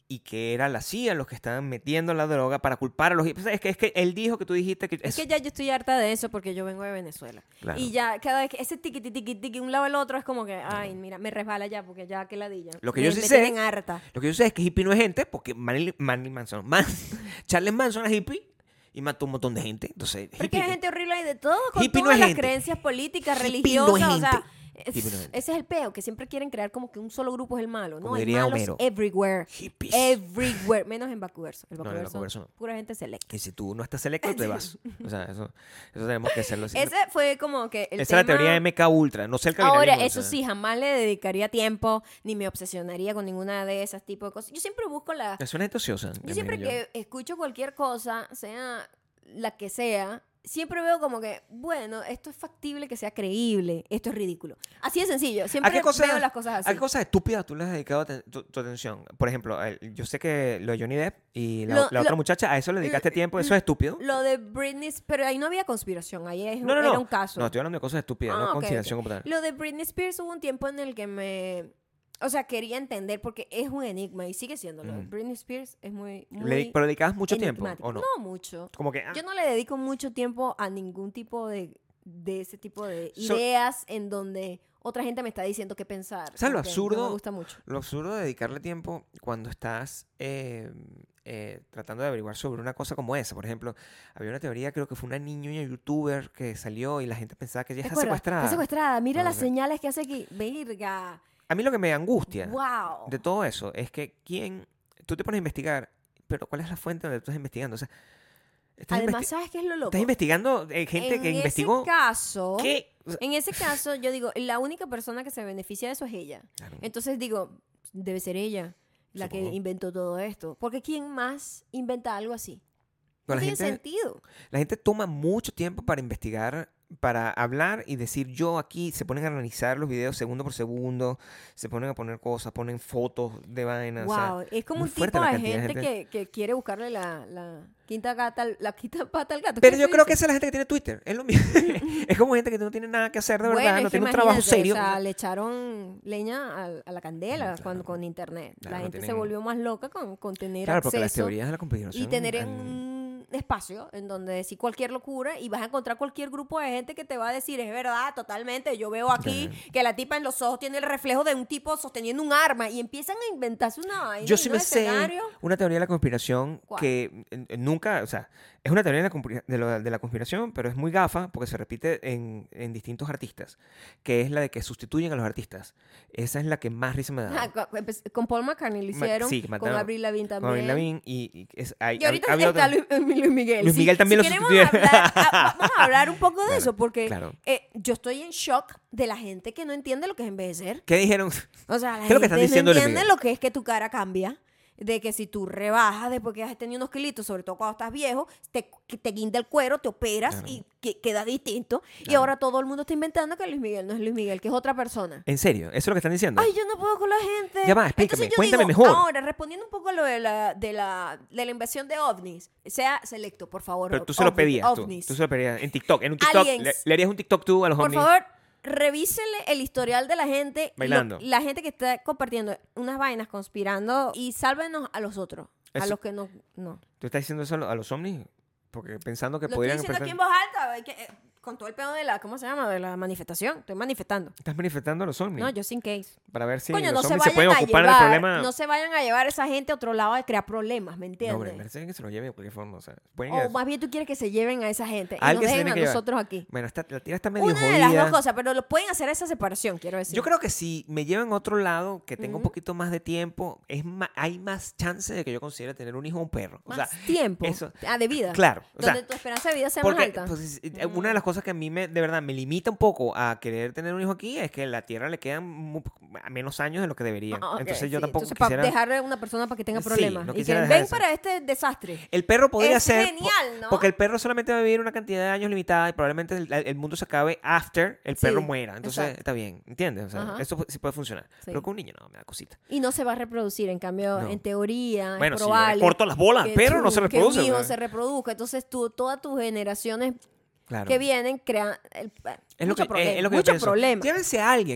y que era la C I A los que estaban metiendo la droga para culpar a los hippies. Es que, es que él dijo que tú dijiste que... Es eso. Que ya yo estoy harta de eso porque yo vengo de Venezuela. Claro. Y ya cada vez que ese tiqui, tiqui, tiqui, tiqui, un lado al otro es como que, ay, mira, me resbala ya porque ya que ladilla. Lo que me, yo sí me sé... harta. Lo que yo sé es que hippie no es gente porque Marilyn Manson... Man, Charles Manson es hippie y mató un montón de gente. Entonces, porque hay gente horrible y de todo, con hippie todas no las gente. creencias políticas, hippie religiosas, no es o sea... gente. Es, ese es el peo, que siempre quieren crear como que un solo grupo es el malo. Como no, diría hay malos Homero. everywhere. Hippies. Everywhere. Menos en Bakuverso. El No, en Bakuverso, Bakuverso no. pura gente selecta. Y si tú no estás selecto, te vas. O sea, eso, eso tenemos que hacerlo así. Ese fue como que el Esa tema... es la teoría de M K Ultra. No sé el Ahora, cabinario, eso o sea. sí, jamás le dedicaría tiempo ni me obsesionaría con ninguna de esas tipos de cosas. Yo siempre busco la... Es una gente ociosa. Yo siempre que yo. escucho cualquier cosa, sea la que sea... Siempre veo como que, bueno, esto es factible que sea creíble, esto es ridículo. Así de sencillo, siempre veo las cosas así. ¿A qué cosas estúpidas tú le has dedicado tu, tu atención? Por ejemplo, yo sé que lo de Johnny Depp y la, lo, la lo, otra muchacha, a eso le dedicaste tiempo, eso es estúpido. Lo de Britney, pero ahí no había conspiración, ahí es, no, no, era no. un caso. No, estoy hablando de cosas estúpidas, ah, no okay, conspiración okay. como tal. Lo de Britney Spears hubo un tiempo en el que me... O sea, quería entender porque es un enigma y sigue siéndolo. Mm. Britney Spears es muy... muy le, ¿Pero dedicabas mucho tiempo o no? No mucho. Como que, ah. Yo no le dedico mucho tiempo a ningún tipo de, de ese tipo de so, ideas en donde otra gente me está diciendo qué pensar. O sea, lo absurdo... No me gusta mucho. Lo absurdo de dedicarle tiempo cuando estás... Eh, Eh, tratando de averiguar sobre una cosa como esa. Por ejemplo, había una teoría, creo que fue una niña, una youtuber que salió y la gente pensaba que ella está secuestrada. Está secuestrada. Mira no, las no. señales que hace aquí. Verga. A mí lo que me angustia wow. de todo eso es que quién... Tú te pones a investigar, pero ¿cuál es la fuente donde tú estás investigando? O sea, además, ¿sabes qué es lo loco? Estás investigando eh, gente en que investigó... En ese caso... ¿Qué? O sea, en ese caso, yo digo, la única persona que se beneficia de eso es ella. Claro. Entonces digo, debe ser ella la Supongo. que inventó todo esto. Porque ¿quién más inventa algo así? No la tiene gente, sentido. La gente toma mucho tiempo para investigar, para hablar y decir yo aquí. Se ponen a analizar los videos segundo por segundo, se ponen a poner cosas, ponen fotos de vainas. Wow, o sea, es como un tipo de gente, de gente, Que, que quiere buscarle la, la, quinta gata, la quinta pata al gato. Pero yo creo dice? que esa es la gente que tiene Twitter. Es lo mismo. Es como gente que no tiene nada que hacer de bueno, verdad, no tiene un trabajo serio. O sea, le echaron leña a, a la candela claro. cuando, con internet. Claro, la gente no tienen... se volvió más loca con, con tener claro, acceso. Claro, porque las teorías de la conspiración... Y tener en un espacio en donde decir cualquier locura y vas a encontrar cualquier grupo de gente que te va a decir, es verdad, totalmente, yo veo aquí claro. que la tipa en los ojos tiene el reflejo de un tipo sosteniendo un arma y empiezan a inventarse una vaina. Yo sí me escenario. sé una teoría de la conspiración ¿Cuál? que eh, nunca, o sea, es una teoría de la, de, lo, de la conspiración, pero es muy gafa porque se repite en, en distintos artistas, que es la de que sustituyen a los artistas. Esa es la que más risa me da. Ah, con, con Paul McCartney lo hicieron, sí, con Avril Lavigne también. Con Avril Lavigne y, y, es, hay, y ahorita ha, ha está Luis, Luis Miguel. Luis Miguel si, también si lo sustituye. Hablar, a, vamos a hablar un poco de claro, eso, porque claro. eh, yo estoy en shock de la gente que no entiende lo que es envejecer. ¿Qué dijeron? O sea, la ¿Qué gente es lo que están diciendo no entiende lo que es que tu cara cambia. De que si tú rebajas después que has tenido unos kilitos, sobre todo cuando estás viejo, te, te guinda el cuero, te operas claro. y que, queda distinto. Claro. Y ahora todo el mundo está inventando que Luis Miguel no es Luis Miguel, que es otra persona. ¿En serio? ¿Eso es lo que están diciendo? Ay, yo no puedo con la gente. Ya va, explícame, Entonces yo cuéntame digo, mejor. Ahora, respondiendo un poco a lo de la, de la, de la invasión de ovnis, sea selecto, por favor. Pero tú se lo pedías, ovnis. Tú, tú se lo pedías en TikTok. En un TikTok, le, le harías un TikTok tú a los por ovnis. Por favor, revísele el historial de la gente. Bailando. Lo, la gente que está compartiendo unas vainas, conspirando, y sálvenos a los otros. Eso. A los que no, no. ¿Tú estás diciendo eso a los ovnis? Porque pensando que lo podrían... Lo estoy diciendo aquí en voz alta, que, eh, con todo el pedo de la, ¿cómo se llama? De la manifestación. Estoy manifestando. ¿Estás manifestando a los ovnis? No, just in case. Para ver si Coño, los no ovnis se, se pueden ocupar llevar, del problema. No se vayan a llevar a esa gente a otro lado de crear problemas, ¿me entiendes? No, hombre, parece que se lo lleven de cualquier forma. O, sea, o más bien tú quieres que se lleven a esa gente y nos dejen a nosotros aquí. Bueno, está, la tira está medio Una jodida. de las dos cosas, pero lo pueden hacer esa separación, quiero decir. Yo creo que si me llevan a otro lado, que tenga uh-huh. un poquito más de tiempo, es más, hay más chance de que yo considere tener un hijo o un perro. Más o sea, tiempo. Eso, ah, de vida. Claro. O donde sea, tu esperanza de vida sea porque, más alta. Pues, uh-huh. Una de las cosas que a mí me, de verdad me limita un poco a querer tener un hijo aquí es que a la Tierra le quedan muy, menos años de lo que debería. Ah, okay, Entonces yo sí. tampoco Entonces, quisiera... para dejarle a una persona para que tenga problemas. Sí, no y que ven eso. para este desastre. El perro podría es ser... genial, ¿no? Porque el perro solamente va a vivir una cantidad de años limitada y probablemente el, el mundo se acabe after el perro sí, muera. Entonces exacto. está bien, ¿entiendes? O sea, Ajá. eso sí puede funcionar. Sí. Pero con un niño no, me da cosita. Y no se va a reproducir. En cambio, no. en teoría, bueno, es probable... si yo le corto las bolas al perro, tú, no se reproduce. Que un hijo ¿verdad? se reproduzca. Entonces, tú, todas tus generaciones... Claro. Que vienen, crean el, es mucho lo que, problema. Es lo que mucho yo problema. Llévense a alguien,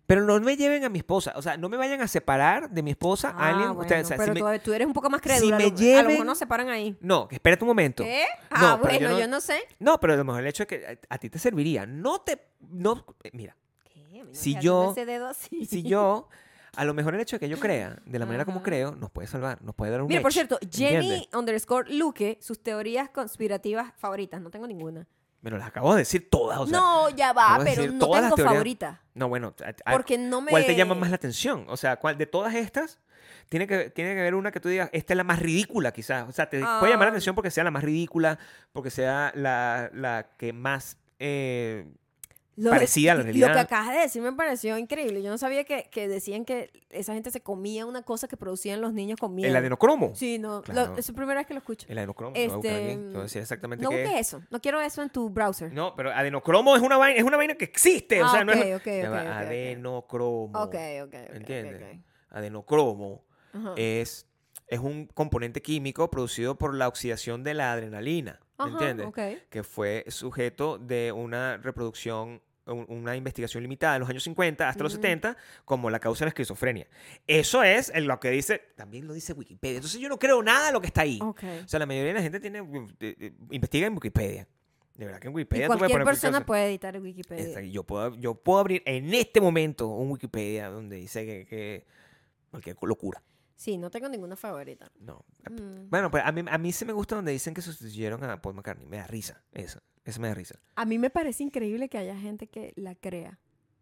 Pero no me lleven a mi esposa. O sea, no me vayan a separar de mi esposa. Ah, alguien. bueno, Ustedes, o sea, pero si tú, me, tú eres un poco más crédula. si me a, lo, lleven, a lo mejor nos separan ahí. No, que espérate un momento. ¿Qué? Ah, No, pero bueno, yo no, yo no sé. No, pero a lo mejor el hecho de que a, a ti te serviría. No te... No, mira. ¿Qué? A mí no me Si hagas yo... ese dedo así. Si yo... A lo mejor el hecho de que yo crea, de la manera como Ajá. creo, nos puede salvar, nos puede dar un Mira, por edge, cierto, Jenny ¿entiendes? underscore Luque, sus teorías conspirativas favoritas. No tengo ninguna. Me las acabo de decir todas, o sea... no, ya va, acabo de pero decir no todas las tengo teorías. favorita. No, bueno, a- a- Porque no me... ¿cuál te llama más la atención? O sea, ¿cuál de todas estas tiene que, tiene que haber una que tú digas, esta es la más ridícula quizás? O sea, te Ah. puede llamar la atención porque sea la más ridícula, porque sea la, la que más eh, Lo, parecida a la Lo realidad. que acabas de decir me pareció increíble. Yo no sabía que, que decían que esa gente se comía una cosa que producían los niños con miel. El adenocromo. Sí, no. Claro. Lo, es la primera vez que lo escucho. El adenocromo. Te voy a buscar Este, aquí, te voy a decir exactamente no qué busques es. eso. No quiero eso en tu browser. No, pero adenocromo es una vaina, es una vaina que existe. o Ah, sea, no ok, es. ok, Ya ok, va, ok, ok. adenocromo. Ok, ok, ok. ¿Entiendes? ok, ok. Adenocromo Ajá. es, es un componente químico producido por la oxidación de la adrenalina. ¿Me Ajá, entiendes? ok. Que fue sujeto de una reproducción, un- una investigación limitada en los años cincuenta hasta los Ujú. setenta como la causa de la esquizofrenia. Eso es en lo que dice, también lo dice Wikipedia. Entonces yo no creo nada de lo que está ahí. Ok. O sea, la mayoría de la gente tiene, eh, eh, investiga en Wikipedia. De verdad que en Wikipedia Y tú puedes cualquier poner cualquier persona cosa. puede editar Wikipedia. Exacto. Yo puedo, yo puedo abrir en este momento un Wikipedia donde dice que, que cualquier locura. Sí, no tengo ninguna favorita. No. Mm. Bueno, pues a mí, a mí sí me gusta donde dicen que sustituyeron a Paul McCartney. Me da risa. Eso. Eso me da risa. A mí me parece increíble que haya gente que la crea.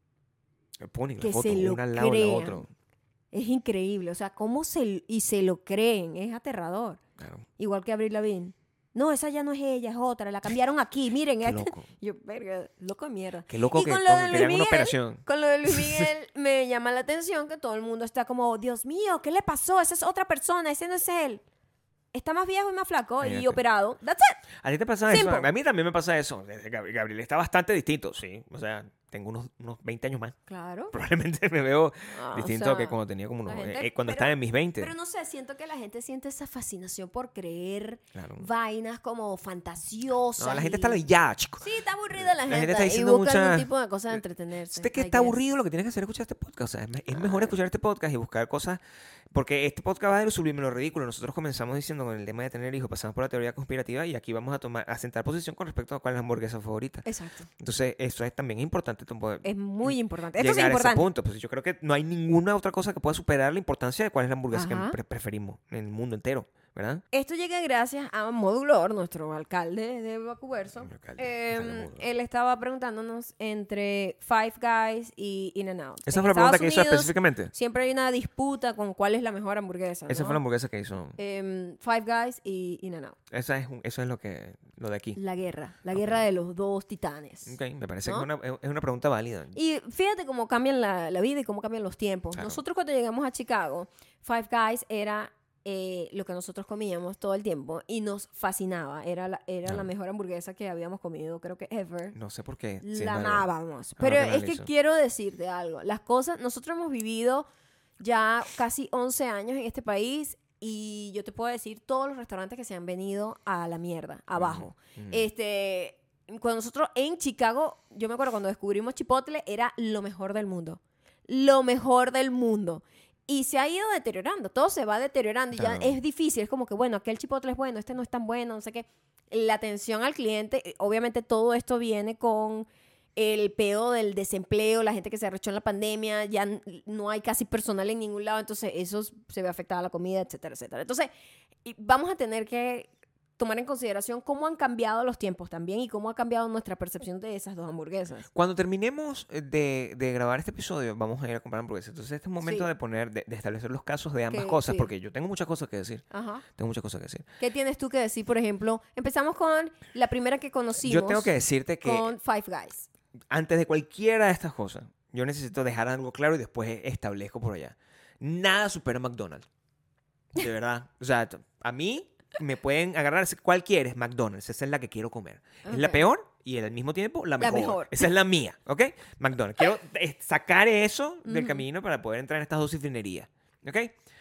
Ponen Que la foto se lo una al lado de la crean. otra. Es increíble. O sea, cómo se... Y se lo creen. Es aterrador. Claro. Igual que Avril Lavigne. No, esa ya no es ella, es otra. La cambiaron aquí. Miren. Qué esta- loco. Yo, verga, loco de mierda. Qué loco Y que, con lo con- de que Luis le hagan una Miguel, operación. Con lo de Luis Miguel me llama la atención que todo el mundo está como, Dios mío, ¿qué le pasó? Esa es otra persona, ese no es él. Está más viejo y más flaco y Imagínate. operado. That's it. ¿A ti te pasa Simple. eso? A mí también me pasa eso. Gab- Gabriel está bastante distinto, sí. O sea, tengo unos, unos veinte años más. Claro. Probablemente me veo Ah, o distinto sea, que cuando tenía como unos... la gente- eh, eh, cuando pero- estaba en mis veinte. Pero no sé, siento que la gente siente esa fascinación por creer Claro. vainas como fantasiosas. No, la gente y- está ladillada, chicos. Sí, está aburrida la, La gente gente. está y diciendo buscan mucha- un tipo de cosas de entretenerse. Usted que I está guess. aburrido, lo que tiene que hacer es escuchar este podcast. O sea, es, me- es mejor Ay. escuchar este podcast y buscar cosas. Porque este podcast va de lo sublime a lo ridículo. Nosotros comenzamos diciendo con el tema de tener hijos, pasamos por la teoría conspirativa y aquí vamos a tomar a sentar posición con respecto a cuál es la hamburguesa favorita. Exacto. Entonces, eso es también importante. tu- poder Es muy importante. Esto es llegar a ese importante. punto. Pues yo creo que no hay ninguna otra cosa que pueda superar la importancia de cuál es la hamburguesa Ajá. que pre- preferimos en el mundo entero, ¿verdad? Esto llega gracias a Modulor, nuestro alcalde de Vacuverso. Mi alcalde, Eh, alcalde Modulor. él estaba preguntándonos entre Five Guys y In-N-Out. Esa En fue la pregunta Estados que hizo Unidos específicamente. Siempre hay una disputa con cuál es la mejor hamburguesa. Esa ¿no? fue la hamburguesa que hizo. Em, Five Guys y In-N-Out. Esa es, un- eso es lo que lo de aquí. La guerra. La Ok. guerra de los dos titanes. Ok, me parece ¿No? que es una, es una pregunta válida. Y fíjate cómo cambian la, la vida y cómo cambian los tiempos. Claro. Nosotros cuando llegamos a Chicago, Five Guys era eh, lo que nosotros comíamos todo el tiempo y nos fascinaba. Era la, era Claro. la mejor hamburguesa que habíamos comido, creo que ever. No sé por qué. sin La embargo. amábamos. Ahora Pero que es que analizo. quiero decirte algo. Las cosas, nosotros hemos vivido ya casi once años en este país y yo te puedo decir todos los restaurantes que se han venido a la mierda, abajo. Ujú. Este, cuando nosotros en Chicago, yo me acuerdo cuando descubrimos Chipotle, era lo mejor del mundo. Lo mejor del mundo. Y se ha ido deteriorando, todo se va deteriorando y ya Claro. es difícil, es como que, bueno, aquel Chipotle es bueno, este no es tan bueno, no sé qué. La atención al cliente, eh, obviamente todo esto viene con el pedo del desempleo, la gente que se arrechó en la pandemia, ya n- no hay casi personal en ningún lado, entonces eso se ve afectada a la comida, etcétera, etcétera. Entonces, y vamos a tener que tomar en consideración cómo han cambiado los tiempos también y cómo ha cambiado nuestra percepción de esas dos hamburguesas. Cuando terminemos eh, de, de grabar este episodio, vamos a ir a comprar hamburguesas. Entonces, este es momento Sí. de poner, de, de establecer los casos de ambas Que- cosas, sí. porque yo tengo muchas cosas que decir. Ajá. Tengo muchas cosas que decir. ¿Qué tienes tú que decir, por ejemplo? Empezamos con la primera que conocimos. Yo tengo que decirte que con Five Guys. antes de cualquiera de estas cosas, yo necesito dejar algo claro y después establezco por allá. Nada supera a McDonald's. De verdad. O sea, t- a mí me pueden agarrar cuál quieres, McDonald's. Esa es la que quiero comer. Es la Ok. peor y al mismo tiempo la La mejor. mejor. Esa es la mía, ¿ok? McDonald's. Quiero eh, sacar eso del Ujú. camino para poder entrar en estas dos cifrinerías, ¿ok?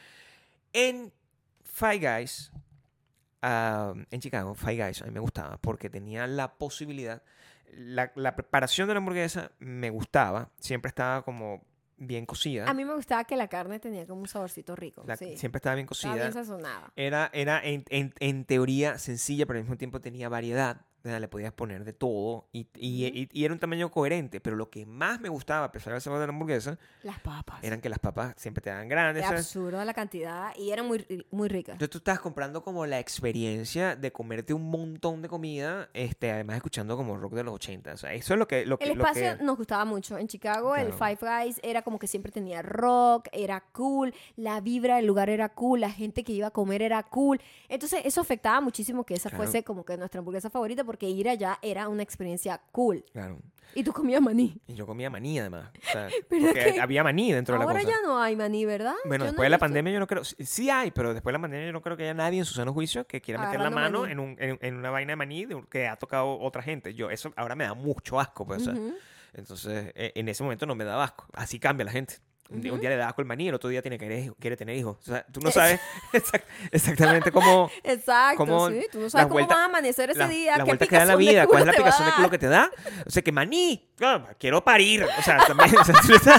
En Five Guys, ah, en Chicago, Five Guys a mí me gustaba porque tenía la posibilidad, la, la preparación de la hamburguesa me gustaba, siempre estaba como bien cocida. A mí me gustaba que la carne tenía como un saborcito rico. La, sí. Siempre estaba bien cocida. Estaba bien sazonada. Era, era en, en, en teoría sencilla, pero al mismo tiempo tenía variedad. Le podías poner de todo y, y, uh-huh. y, y era un tamaño coherente. Pero lo que más me gustaba, a pesar del sabor de la hamburguesa, las papas. Eran que las papas siempre te daban grandes. Es absurdo la cantidad y eran muy, muy ricas. Entonces tú estabas comprando como la experiencia de comerte un montón de comida, este, además escuchando como rock de los ochenta. O sea, eso es lo que... Lo el que, espacio lo que... nos gustaba mucho. En Chicago, claro. el Five Guys era como que siempre tenía rock, era cool, la vibra del lugar era cool, la gente que iba a comer era cool. Entonces eso afectaba muchísimo que esa claro. fuese como que nuestra hamburguesa favorita, porque ir allá era una experiencia cool. Claro. Y tú comías maní. Y yo comía maní, además. O sea, porque que había maní dentro de la cosa. Ahora ya no hay maní, ¿verdad? Bueno, yo después no de la visto... pandemia yo no creo... Sí hay, pero después de la pandemia yo no creo que haya nadie en su sano juicio que quiera meter la mano en, un, en, en una vaina de maní de, que ha tocado otra gente. Yo, eso ahora me da mucho asco, pues, uh-huh. o sea, entonces, en ese momento no me da asco. Así cambia la gente. Un día, uh-huh. un día le da asco el maní, el otro día tiene que, quiere tener hijos. O sea, tú no sabes exact, exactamente cómo... Exacto, cómo sí. Tú no sabes cómo vuelta, va a amanecer ese la, día. La ¿Qué vuelta que da la vida. ¿Cuál es la aplicación de culo que te da? O sea, que maní. Claro, quiero parir. O sea, también... O sea,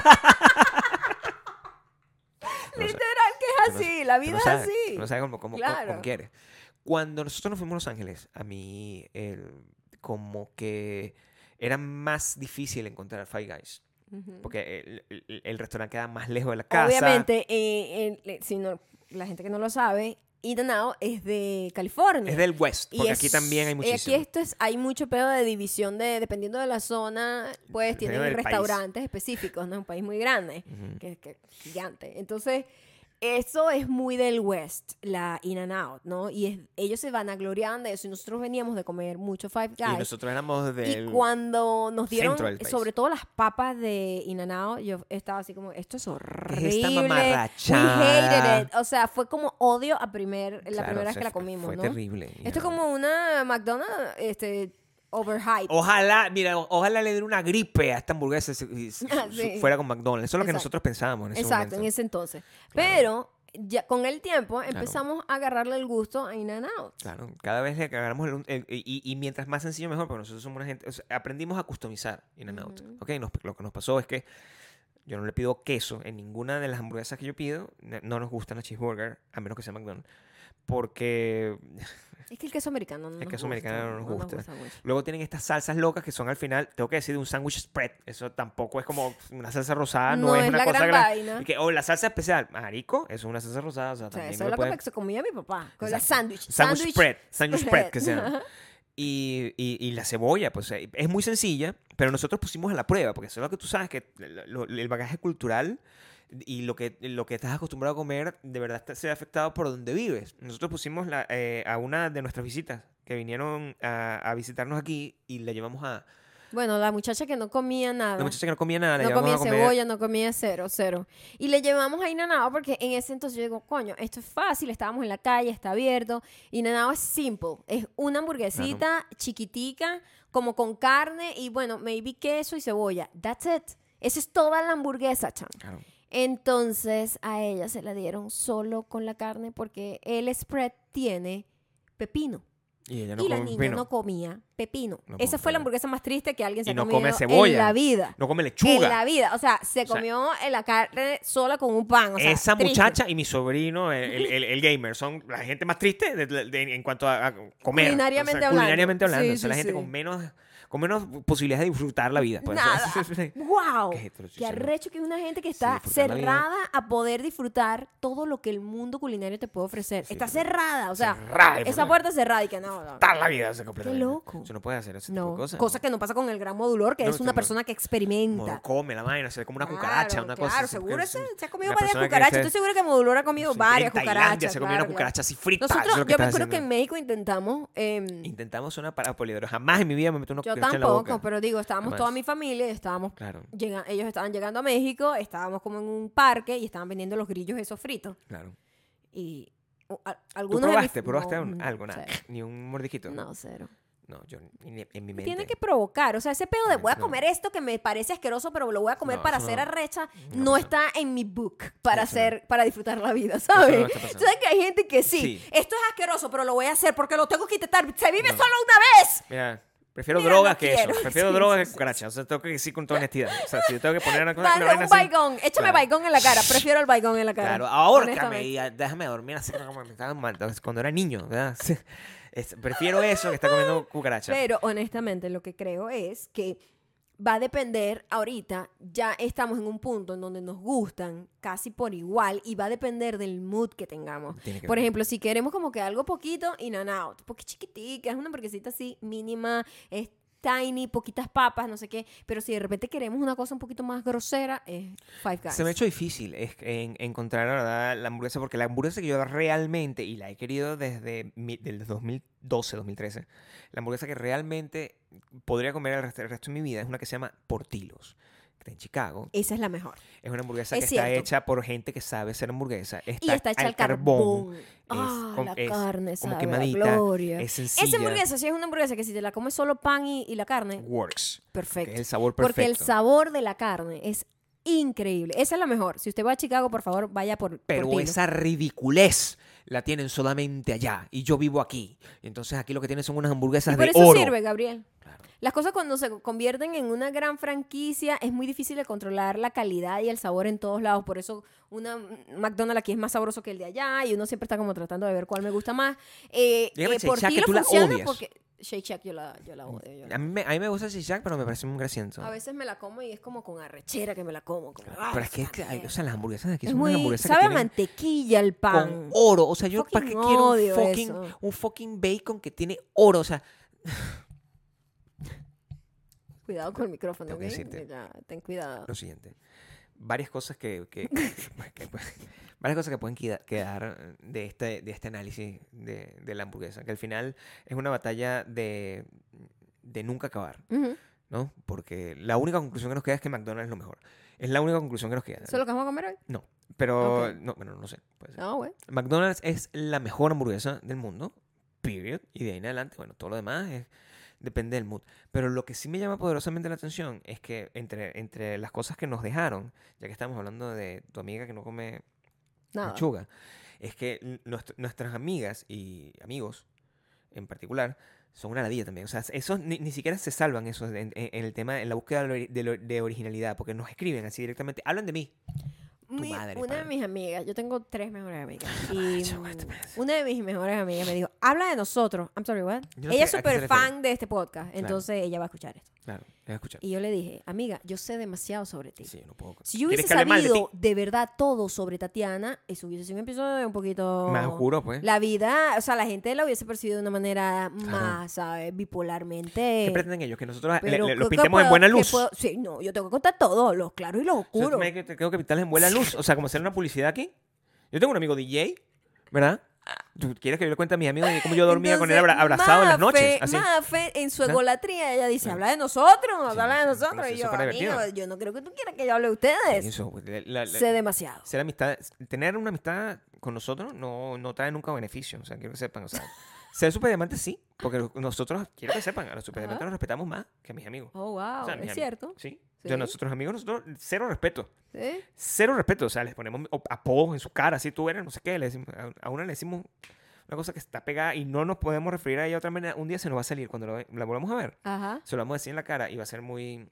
literal que es así. No, la vida no es sabes, así. No sabes cómo, cómo, claro. cómo, cómo quieres. Cuando nosotros nos fuimos a Los Ángeles, a mí el, como que era más difícil encontrar Five Guys. Uh-huh. Porque el, el, el restaurante queda más lejos de la casa. Obviamente, eh, eh, si no, la gente que no lo sabe, In-N-Out es de California. Es del West, porque y aquí es, también hay muchísimo. Aquí esto es, hay mucho pedo de división, de dependiendo de la zona, pues tienen restaurantes país. específicos, ¿no? Un país muy grande, uh-huh. que es que, gigante. Entonces... Eso es muy del West, la In-N-Out, ¿no? Y es, ellos se van a gloriar de eso. Y nosotros veníamos de comer mucho Five Guys. Y nosotros éramos del Y cuando nos dieron, sobre todo las papas de In-N-Out, yo estaba así como, esto es horrible. ¿Qué es esta mamarrachada? We hated it. O sea, fue como odio a primer, la claro, primera o vez sea, que la comimos, fue ¿no? Fue terrible. Esto es como una McDonald's, este... overhyped. Ojalá, mira, ojalá le diera una gripe a esta hamburguesa si, si ah, sí. fuera con McDonald's. Eso es lo que nosotros pensábamos en ese Exacto, momento. en ese entonces. Claro. Pero ya con el tiempo empezamos claro. a agarrarle el gusto a In-N-Out. Claro, cada vez le agarramos el, el, el y, y mientras más sencillo mejor, porque nosotros somos una gente, o sea, aprendimos a customizar In-N-Out. Uh-huh. Okay, nos, lo que nos pasó es que yo no le pido queso en ninguna de las hamburguesas que yo pido. No nos gustan los cheeseburgers, a menos que sea McDonald's. Porque... Es que el queso americano no el nos queso gusta, americano no nos gusta. No nos gusta Luego tienen estas salsas locas que son al final, tengo que decir, de un sándwich spread. Eso tampoco es como una salsa rosada, no, no es, es una la cosa gran gran... vaina. Y que, oh, la salsa especial, marico, eso es una salsa rosada. O sea, o sea, también eso es lo pueden... que se comía mi papá, con Exacto. la sándwich. Sándwich spread, sándwich spread, que se llama. Y, y, y la cebolla, pues es muy sencilla, pero nosotros pusimos a la prueba, porque eso es lo que tú sabes, que lo, el bagaje cultural y lo que, lo que estás acostumbrado a comer de verdad se ve afectado por donde vives. Nosotros pusimos la, eh, a una de nuestras visitas que vinieron a, a visitarnos aquí y la llevamos a... Bueno, la muchacha que no comía nada. La muchacha que no comía nada. La no llevamos comía a comer... cebolla, no comía cero, cero. Y le llevamos a In-N-Out porque en ese entonces yo digo, coño, esto es fácil, estábamos en la calle, está abierto. In-N-Out es simple, es una hamburguesita claro. chiquitica, como con carne y bueno, maybe queso y cebolla. That's it. Esa es toda la hamburguesa, cham. Claro. Entonces a ella se la dieron solo con la carne porque el spread tiene pepino. Y, ella no y la come niña pepino. no comía pepino. No Esa fue la hamburguesa más triste que alguien se y ha no comido come cebolla, en la vida. No come lechuga. En la vida. O sea, se comió o sea, la carne sola con un pan. O sea, esa triste. muchacha y mi sobrino, el, el, el, el gamer, son la gente más triste de, de, de, en cuanto a, a comer. Culinariamente o sea, hablando. Culinariamente hablando. Sí, o sea, la sí, gente sí. con menos... con menos posibilidades de disfrutar la vida. Pues. Nada. ¡Wow! ¿Qué, Qué arrecho que es una gente que está sí, cerrada a poder disfrutar todo lo que el mundo culinario te puede ofrecer. Sí, está cerrada, o sea, cerrada, esa puerta cerrada y que no, no. Está la vida se completa. Qué loco. Eso no puede hacer ese no. tipo de cosas. Cosa que no pasa con el gran modulor, que no, es una persona que experimenta. Come la vaina, se ve como una claro, cucaracha, una claro, cosa. Claro, seguro se, se ha comido varias cucarachas. Estoy segura que modulor ha comido varias cucarachas. Se comió claro, una cucaracha así frita. Nosotros, yo me acuerdo que en México intentamos... Eh, intentamos una para poliedro. Jamás en mi vida me meto una yo cucaracha en la boca. Tampoco, pero digo, estábamos Jamás. toda mi familia, estábamos claro. llega, ellos estaban llegando a México, estábamos como en un parque y estaban vendiendo los grillos esos fritos. Claro. Y uh, a, algunos ¿Tú probaste? de mis, ¿Probaste no, un, algo? Nada. Cero. Ni un mordisquito. No, cero. No, yo en, en mi mente. Tiene que provocar, o sea, ese pedo de voy a no. comer esto que me parece asqueroso, pero lo voy a comer no, para no, hacer arrecha, no, no no está en mi book para eso hacer, no. para disfrutar la vida, ¿sabes? No ¿Sabes que hay gente que sí, sí, esto es asqueroso, pero lo voy a hacer porque lo tengo que intentar, se vive no. solo una vez? Mira, Prefiero Mira, drogas no que quiero. eso. Prefiero Sí, drogas sí, que sí, cucarachas. O sea, tengo que decir con toda honestidad. O sea, si yo tengo que poner una cosa... Dale, una vaina un así, baigón. Échame claro. baigón en la cara. Prefiero el baigón en la cara. Claro, ahórcame honestamente. y ah, déjame dormir así como me estaba mal. Entonces, cuando era niño, ¿verdad? Es- prefiero eso que estar comiendo cucaracha. Pero honestamente lo que creo es que va a depender ahorita, ya estamos en un punto en donde nos gustan casi por igual y va a depender del mood que tengamos. Tiene que Por ver. ejemplo, si queremos como que algo poquito, in and out, porque chiquitica, es una hamburguesita así mínima, es tiny, poquitas papas, no sé qué, pero si de repente queremos una cosa un poquito más grosera, es Five Guys. Se me ha hecho difícil es- en, encontrar la verdad la hamburguesa porque la hamburguesa que yo realmente y la he querido desde mi- del dos mil doce, dos mil trece, la hamburguesa que realmente podría comer el resto, el resto de mi vida es una que se llama Portillo's, que está en Chicago. Esa es la mejor. Es una hamburguesa Es que está cierto. hecha por gente que sabe hacer hamburguesa. Está, Y está hecha al carbón. Ah, com- la es carne, como sabe a quemadita, gloria. es sencilla. Esa hamburguesa, si es una hamburguesa que si te la comes solo pan y, y la carne, Works. perfecto. Que es el sabor perfecto. Porque el sabor de la carne es increíble. Esa es la mejor. Si usted va a Chicago, por favor, vaya por Pero Portillo. esa ridiculez la tienen solamente allá. Y yo vivo aquí. Y entonces aquí lo que tienen son unas hamburguesas Y por de eso oro. sirve, Gabriel. Claro. Las cosas cuando se convierten en una gran franquicia es muy difícil de controlar la calidad y el sabor en todos lados. Por eso una McDonald's aquí es más sabroso que el de allá y uno siempre está como tratando de ver cuál me gusta más. Eh, Dígame, eh, Shake Shack, que Portillo tú la funciona odias. porque Shake Shack yo la, yo la odio. yo la A mí, me, a mí me gusta el Shake Shack, pero me parece un grasiento. A veces me la como y es como con arrechera que me la como. Como, "Ah, Pero es que, es esta que hay- mierda". o sea, las hamburguesas de aquí es son unas muy, hamburguesas sabe que a tienen mantequilla el con pan. oro. O sea, yo para qué Fucking quiero un odio fucking, eso. un fucking bacon que tiene oro. O sea, Cuidado con el micrófono, Tengo que ¿ok? decirte. Ya, ten cuidado. lo siguiente. Varias cosas que, que- que- que- varias cosas que pueden queda- quedar de este, de este análisis de, de la hamburguesa. Que al final es una batalla de, de nunca acabar, Ujú. ¿no? Porque la única conclusión que nos queda es que McDonald's es lo mejor. Es la única conclusión que nos queda. ¿Eso es lo que vamos a comer hoy? No, pero... Ok. No, bueno, no sé. Puede ser. No, güey. McDonald's es la mejor hamburguesa del mundo, period. Y de ahí en adelante, bueno, todo lo demás es- depende del mood. Pero lo que sí me llama poderosamente la atención es que entre, entre las cosas que nos dejaron, ya que estamos hablando de tu amiga que no come Nada. lechuga, es que n- nuestr- nuestras amigas y amigos en particular son una ladilla también. O sea, esos ni, ni siquiera se salvan esos en, en- en el tema, en la búsqueda de, lo- de lo- de originalidad, porque nos escriben así directamente, hablan de mí. Mi- madre, una de pana. mis amigas, yo tengo tres mejores amigas. Y Chaval, mm, este mes. una de mis mejores amigas me dijo, habla de nosotros. I'm sorry, what? Yo no Ella es sé a qué se súper refiere. fan de este podcast, entonces ella va a escuchar esto. Claro, voy a escuchar. Y yo le dije, amiga, yo sé demasiado sobre ti. Sí, yo no puedo. Si yo ¿Quieres hubiese que hable mal de sabido ti? de, verdad todo sobre Tatiana, eso hubiese sido un episodio un poquito... Más oscuro, pues. La vida, o sea, la gente la hubiese percibido de una manera más, ¿sabes? Bipolarmente. ¿Qué pretenden ellos? Que nosotros le- Pero le- ¿qué- los qué pintemos en puedo- buena qué luz. puedo- Sí, no, yo tengo que contar todo, los claros y los O sea, ¿tú oscuros. me dices que tengo que pintarles en buena luz? O sea, como hacer una publicidad aquí. Yo tengo un amigo D J, ¿verdad? ¿Tú quieres que yo le cuente a mis amigos de cómo yo dormía con él abra- abrazado en las noches? Así. Mafe, en su ¿Ah? egolatría, ella dice, Sí. habla de nosotros, Sí, habla de sí, nosotros. sí, Y yo, súper divertido. amigo, yo no creo que tú quieras que yo hable de ustedes. Eso, la- la- la- Sé demasiado. ser amistad, tener una amistad con nosotros no, no trae nunca beneficio. O sea, quiero que sepan. O sea, ser superdiamantes sí, porque nosotros, quiero que sepan, a los superdiamantes Ajá. los respetamos más que a mis amigos. Oh, wow, O sea, mis es ami- cierto. Sí. Sí. Yo, nosotros amigos, nosotros, cero respeto. ¿Sí? Cero respeto. O sea, les ponemos o- apodos en su cara, así tú eres, no sé qué. Le decimos, a, a una le decimos una cosa que está pegada y no nos podemos referir a ella de otra manera. Un día se nos va a salir. Cuando lo- la volvamos a ver, Ajá. se lo vamos a decir en la cara y va a ser muy...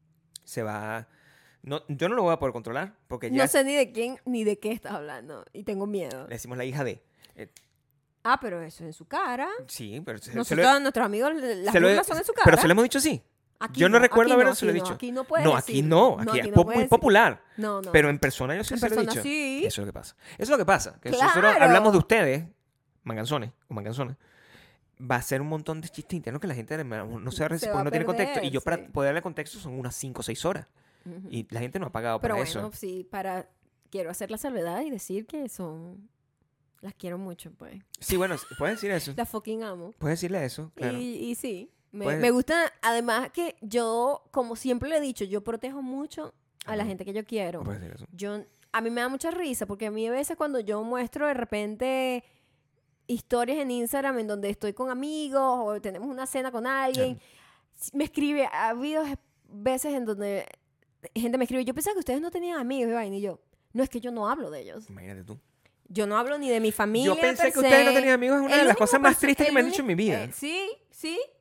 Se va... No, yo no lo voy a poder controlar porque ya No sé ni de quién ni de qué estás hablando. Y tengo miedo. le decimos la hija de... eh, Ah, pero eso es en su cara. sí, pero... Se, se Nosotros, lo- a nuestros amigos, las se lo he- burlas son en su cara. Pero se lo hemos dicho así. Aquí Yo no recuerdo aquí haberlo aquí dicho. Aquí no puedes No, decir. aquí no. Aquí, es no po- puedes muy decir. popular. No, no. Pero en persona yo sí En se lo he persona dicho. sí. Eso es lo que pasa. Eso es lo que pasa. Que si nosotros Claro. hablamos de ustedes, manganzones o manganzones, va a ser un montón de chistes internos que la gente no se va a Se porque va a no tiene contexto. perder, Y yo para sí. poder darle contexto son unas cinco o seis horas. Ujú. Y la gente no ha pagado Pero para bueno, eso. sí, para... Quiero hacer la salvedad y decir que son... Las quiero mucho, pues. Sí, bueno, puedes decir eso. Las fucking amo. Puedes decirle eso, claro. Y, y sí, me, Pues- me gusta, además que yo, como siempre le he dicho, yo protejo mucho a la Ajá. gente que yo quiero. Puedes decir eso. Yo, a mí me da mucha risa porque a mí a veces cuando yo muestro de repente historias en Instagram en donde estoy con amigos o tenemos una cena con alguien, me escribe, ha habido veces en donde gente me escribe, yo pensaba que ustedes no tenían amigos y vaina", y yo, no, es que yo no hablo de ellos. Imagínate tú. Yo no hablo ni de mi familia Yo pensé per que ustedes no se. tenían amigos. Es una El de las único cosas más perso- tristes que el me han dicho en mi único- vida. eh, sí, sí.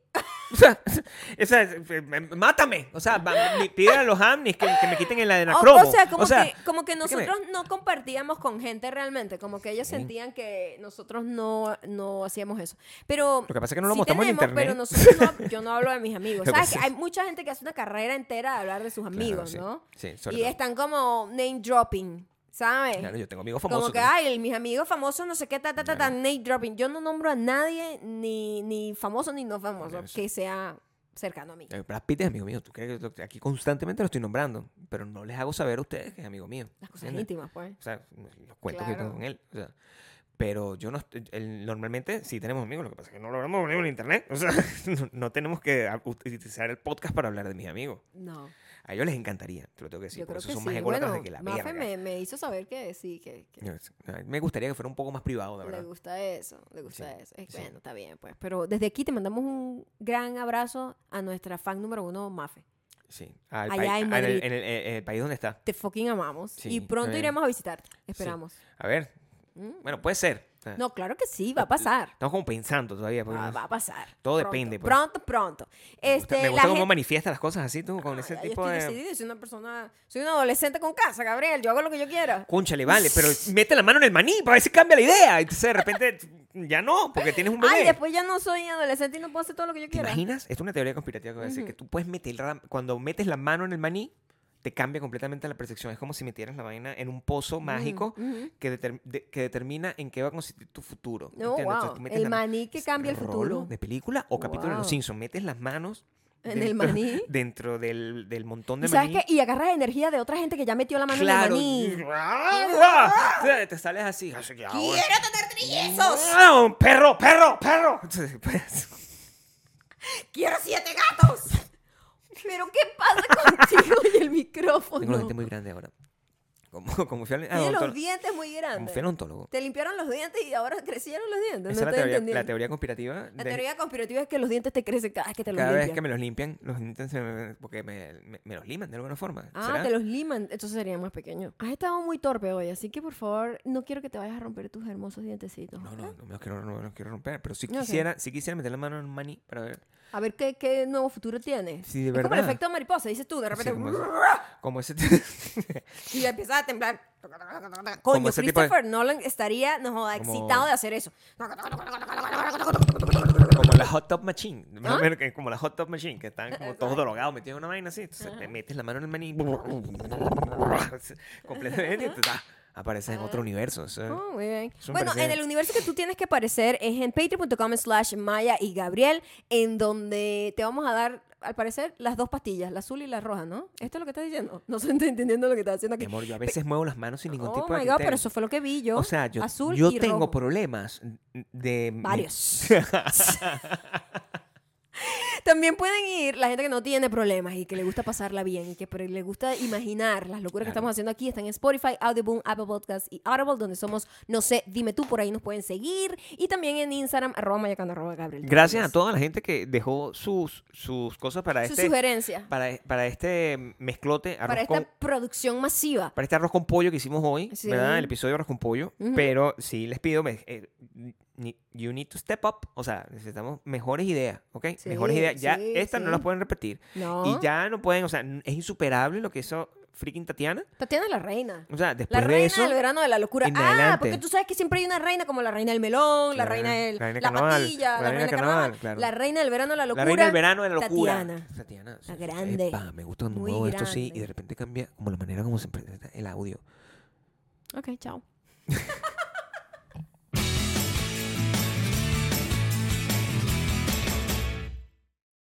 O sea, o sea, mátame. O sea, pídele a los Amnis que, que me quiten el adrenocromo. O, o sea, como, o sea, que, como que nosotros dígame. no compartíamos con gente realmente. Como que ellos sí. sentían que nosotros no, no hacíamos eso. Pero lo que pasa es que no lo sí mostramos tenemos, en internet. Pero nosotros no, yo no hablo de mis amigos. ¿Sabes? Que hay mucha gente que hace una carrera entera de hablar de sus amigos, claro, sí. ¿no? Sí, y todo. Están como name dropping. ¿Sabes? Claro, yo tengo amigos famosos. Como que, también. ay, mis amigos famosos, no sé qué, ta, ta, ta, ta, name dropping. Yo no nombro a nadie, ni, ni famoso ni no famoso, claro, que sea cercano a mí. Brad Pitt es amigo mío. ¿Tú crees que aquí constantemente lo estoy nombrando? Pero no les hago saber a ustedes que es amigo mío. Las cosas ¿entiendes? Íntimas, pues. O sea, los cuentos claro. que tengo con él. O sea, pero yo no... Él, normalmente sí tenemos amigos. Lo que pasa es que no lo hablamos en internet. O sea, no, no tenemos que utilizar el podcast para hablar de mis amigos. No. A ellos les encantaría, te lo tengo que decir. Yo por creo eso que son sí. más ególatras bueno, de que la Mafe verga. Me, me hizo saber que sí, que, que... Me gustaría que fuera un poco más privado, de verdad. Le gusta eso, le gusta sí, eso. Es, sí. Bueno, está bien, pues. Pero desde aquí te mandamos un gran abrazo a nuestra fan número uno, Mafe. Sí. Al Allá país, en Madrid. En el, en, el, en el país donde está. Te fucking amamos. Sí, y pronto iremos a visitarte. Esperamos. Sí. A ver. ¿Mm? Bueno, puede ser. No, claro que sí, va a pasar. Estamos como pensando todavía. Va, va a pasar. Todo pronto, depende. Pues. Pronto, pronto. Este, me gusta, me gusta cómo gente... manifiesta las cosas así, tú, con Ay, ese yo tipo estoy de... decidida, soy una persona... Soy un adolescente con casa, Gabriel. Yo hago lo que yo quiera. Cónchale, vale, pero mete la mano en el maní para ver si cambia la idea. Entonces, de repente, ya no, porque tienes un bebé. Ay, después ya no soy adolescente y no puedo hacer todo lo que yo ¿Te quiera. imaginas? Esto es una teoría conspirativa que voy a decir, uh-huh. que tú puedes meter... Cuando metes la mano en el maní, te cambia completamente la percepción. Es como si metieras la vaina en un pozo mm, mágico uh-huh. que, deter, de, que determina en qué va a consistir tu futuro. No, wow. El la, maní que cambia el futuro. ¿De película o wow. capítulo de Los Simpsons? Metes las manos... En dentro, el maní. Dentro del, del montón de ¿Y sabes maní. qué? Y agarras energía de otra gente que ya metió la mano claro. en el maní. Te sales así. así ¡Quiero tener trillizos! ¡No! ¡Perro, perro, perro! Pues... ¡Quiero siete gatos! ¿Pero qué pasa contigo y el micrófono? Tengo los dientes muy grandes ahora. Como, como fui al Tiene los dientes muy grandes. Como fui al odontólogo. Te limpiaron los dientes y ahora crecieron los dientes. Esa no es la, estoy teoría, entendiendo. la teoría conspirativa. La de... teoría conspirativa es que los dientes te crecen cada vez que te los cada limpian. Cada vez que me los limpian, los dientes se me, porque me, me, me los liman de alguna forma. Ah, ¿será? te los liman. Entonces serían más pequeños. Has estado muy torpe hoy, así que por favor, no quiero que te vayas a romper tus hermosos dientecitos. No, no, no me los quiero, no me los quiero romper. Pero sí okay. quisiera, sí quisiera meter la mano en un maní para ver. A ver qué, qué nuevo futuro tiene. Sí, de es verdad. como el efecto mariposa, dices tú, de repente. Sí, como, ese, como ese. Y empieza a temblar. Coño, Christopher de... Nolan estaría no, joda, como... excitado de hacer eso. Como la Hot Top Machine. ¿Ah? Como la Hot Top Machine, que están como todos drogados metidos en una vaina así. Entonces te metes la mano en el maní. Completamente. Apareces en otro universo. O sea, oh, muy bien. Bueno, en el universo que tú tienes que aparecer es en patreon.com slash Maya y Gabriel, en donde te vamos a dar, al parecer, las dos pastillas, la azul y la roja, ¿no? ¿Esto es lo que estás diciendo? No estoy entendiendo lo que estás haciendo aquí. Mi amor, yo a veces Pe- muevo las manos sin ningún oh tipo de my criterio. God, pero eso fue lo que vi yo. O sea, yo, azul yo y tengo rojo. problemas de... Varios. También pueden ir la gente que no tiene problemas y que le gusta pasarla bien y que le gusta imaginar las locuras claro. que estamos haciendo aquí. Están en Spotify, Audioboom, Apple Podcasts y Audible, donde somos, no sé, dime tú, por ahí nos pueden seguir. Y también en Instagram, arroba mayacando, arroba Gabriel. Gracias a toda la gente que dejó sus, sus cosas para sus este... sugerencias. Para, para este mezclote. Arroz para esta con, producción masiva. Para este arroz con pollo que hicimos hoy, sí. ¿verdad? El episodio de arroz con pollo. Uh-huh. Pero sí les pido... Eh, you need to step up. O sea, necesitamos mejores ideas, ¿ok? Sí, mejores ideas. Ya sí, estas sí. no las pueden repetir. No. Y ya no pueden, o sea, es insuperable lo que hizo freaking Tatiana. Tatiana es la reina. O sea, después la de reina eso... del verano de la locura. En ah, adelante. porque tú sabes que siempre hay una reina como la reina del melón, la, la reina de la, la carnaval, patilla, la, la reina del carnaval, carnaval claro. la reina del verano de la locura. La reina del verano de la locura. Tatiana. Tatiana. La grande. Epa, me gusta cuando muevo esto sí y de repente cambia como la manera como se presenta el audio. Ok, chao.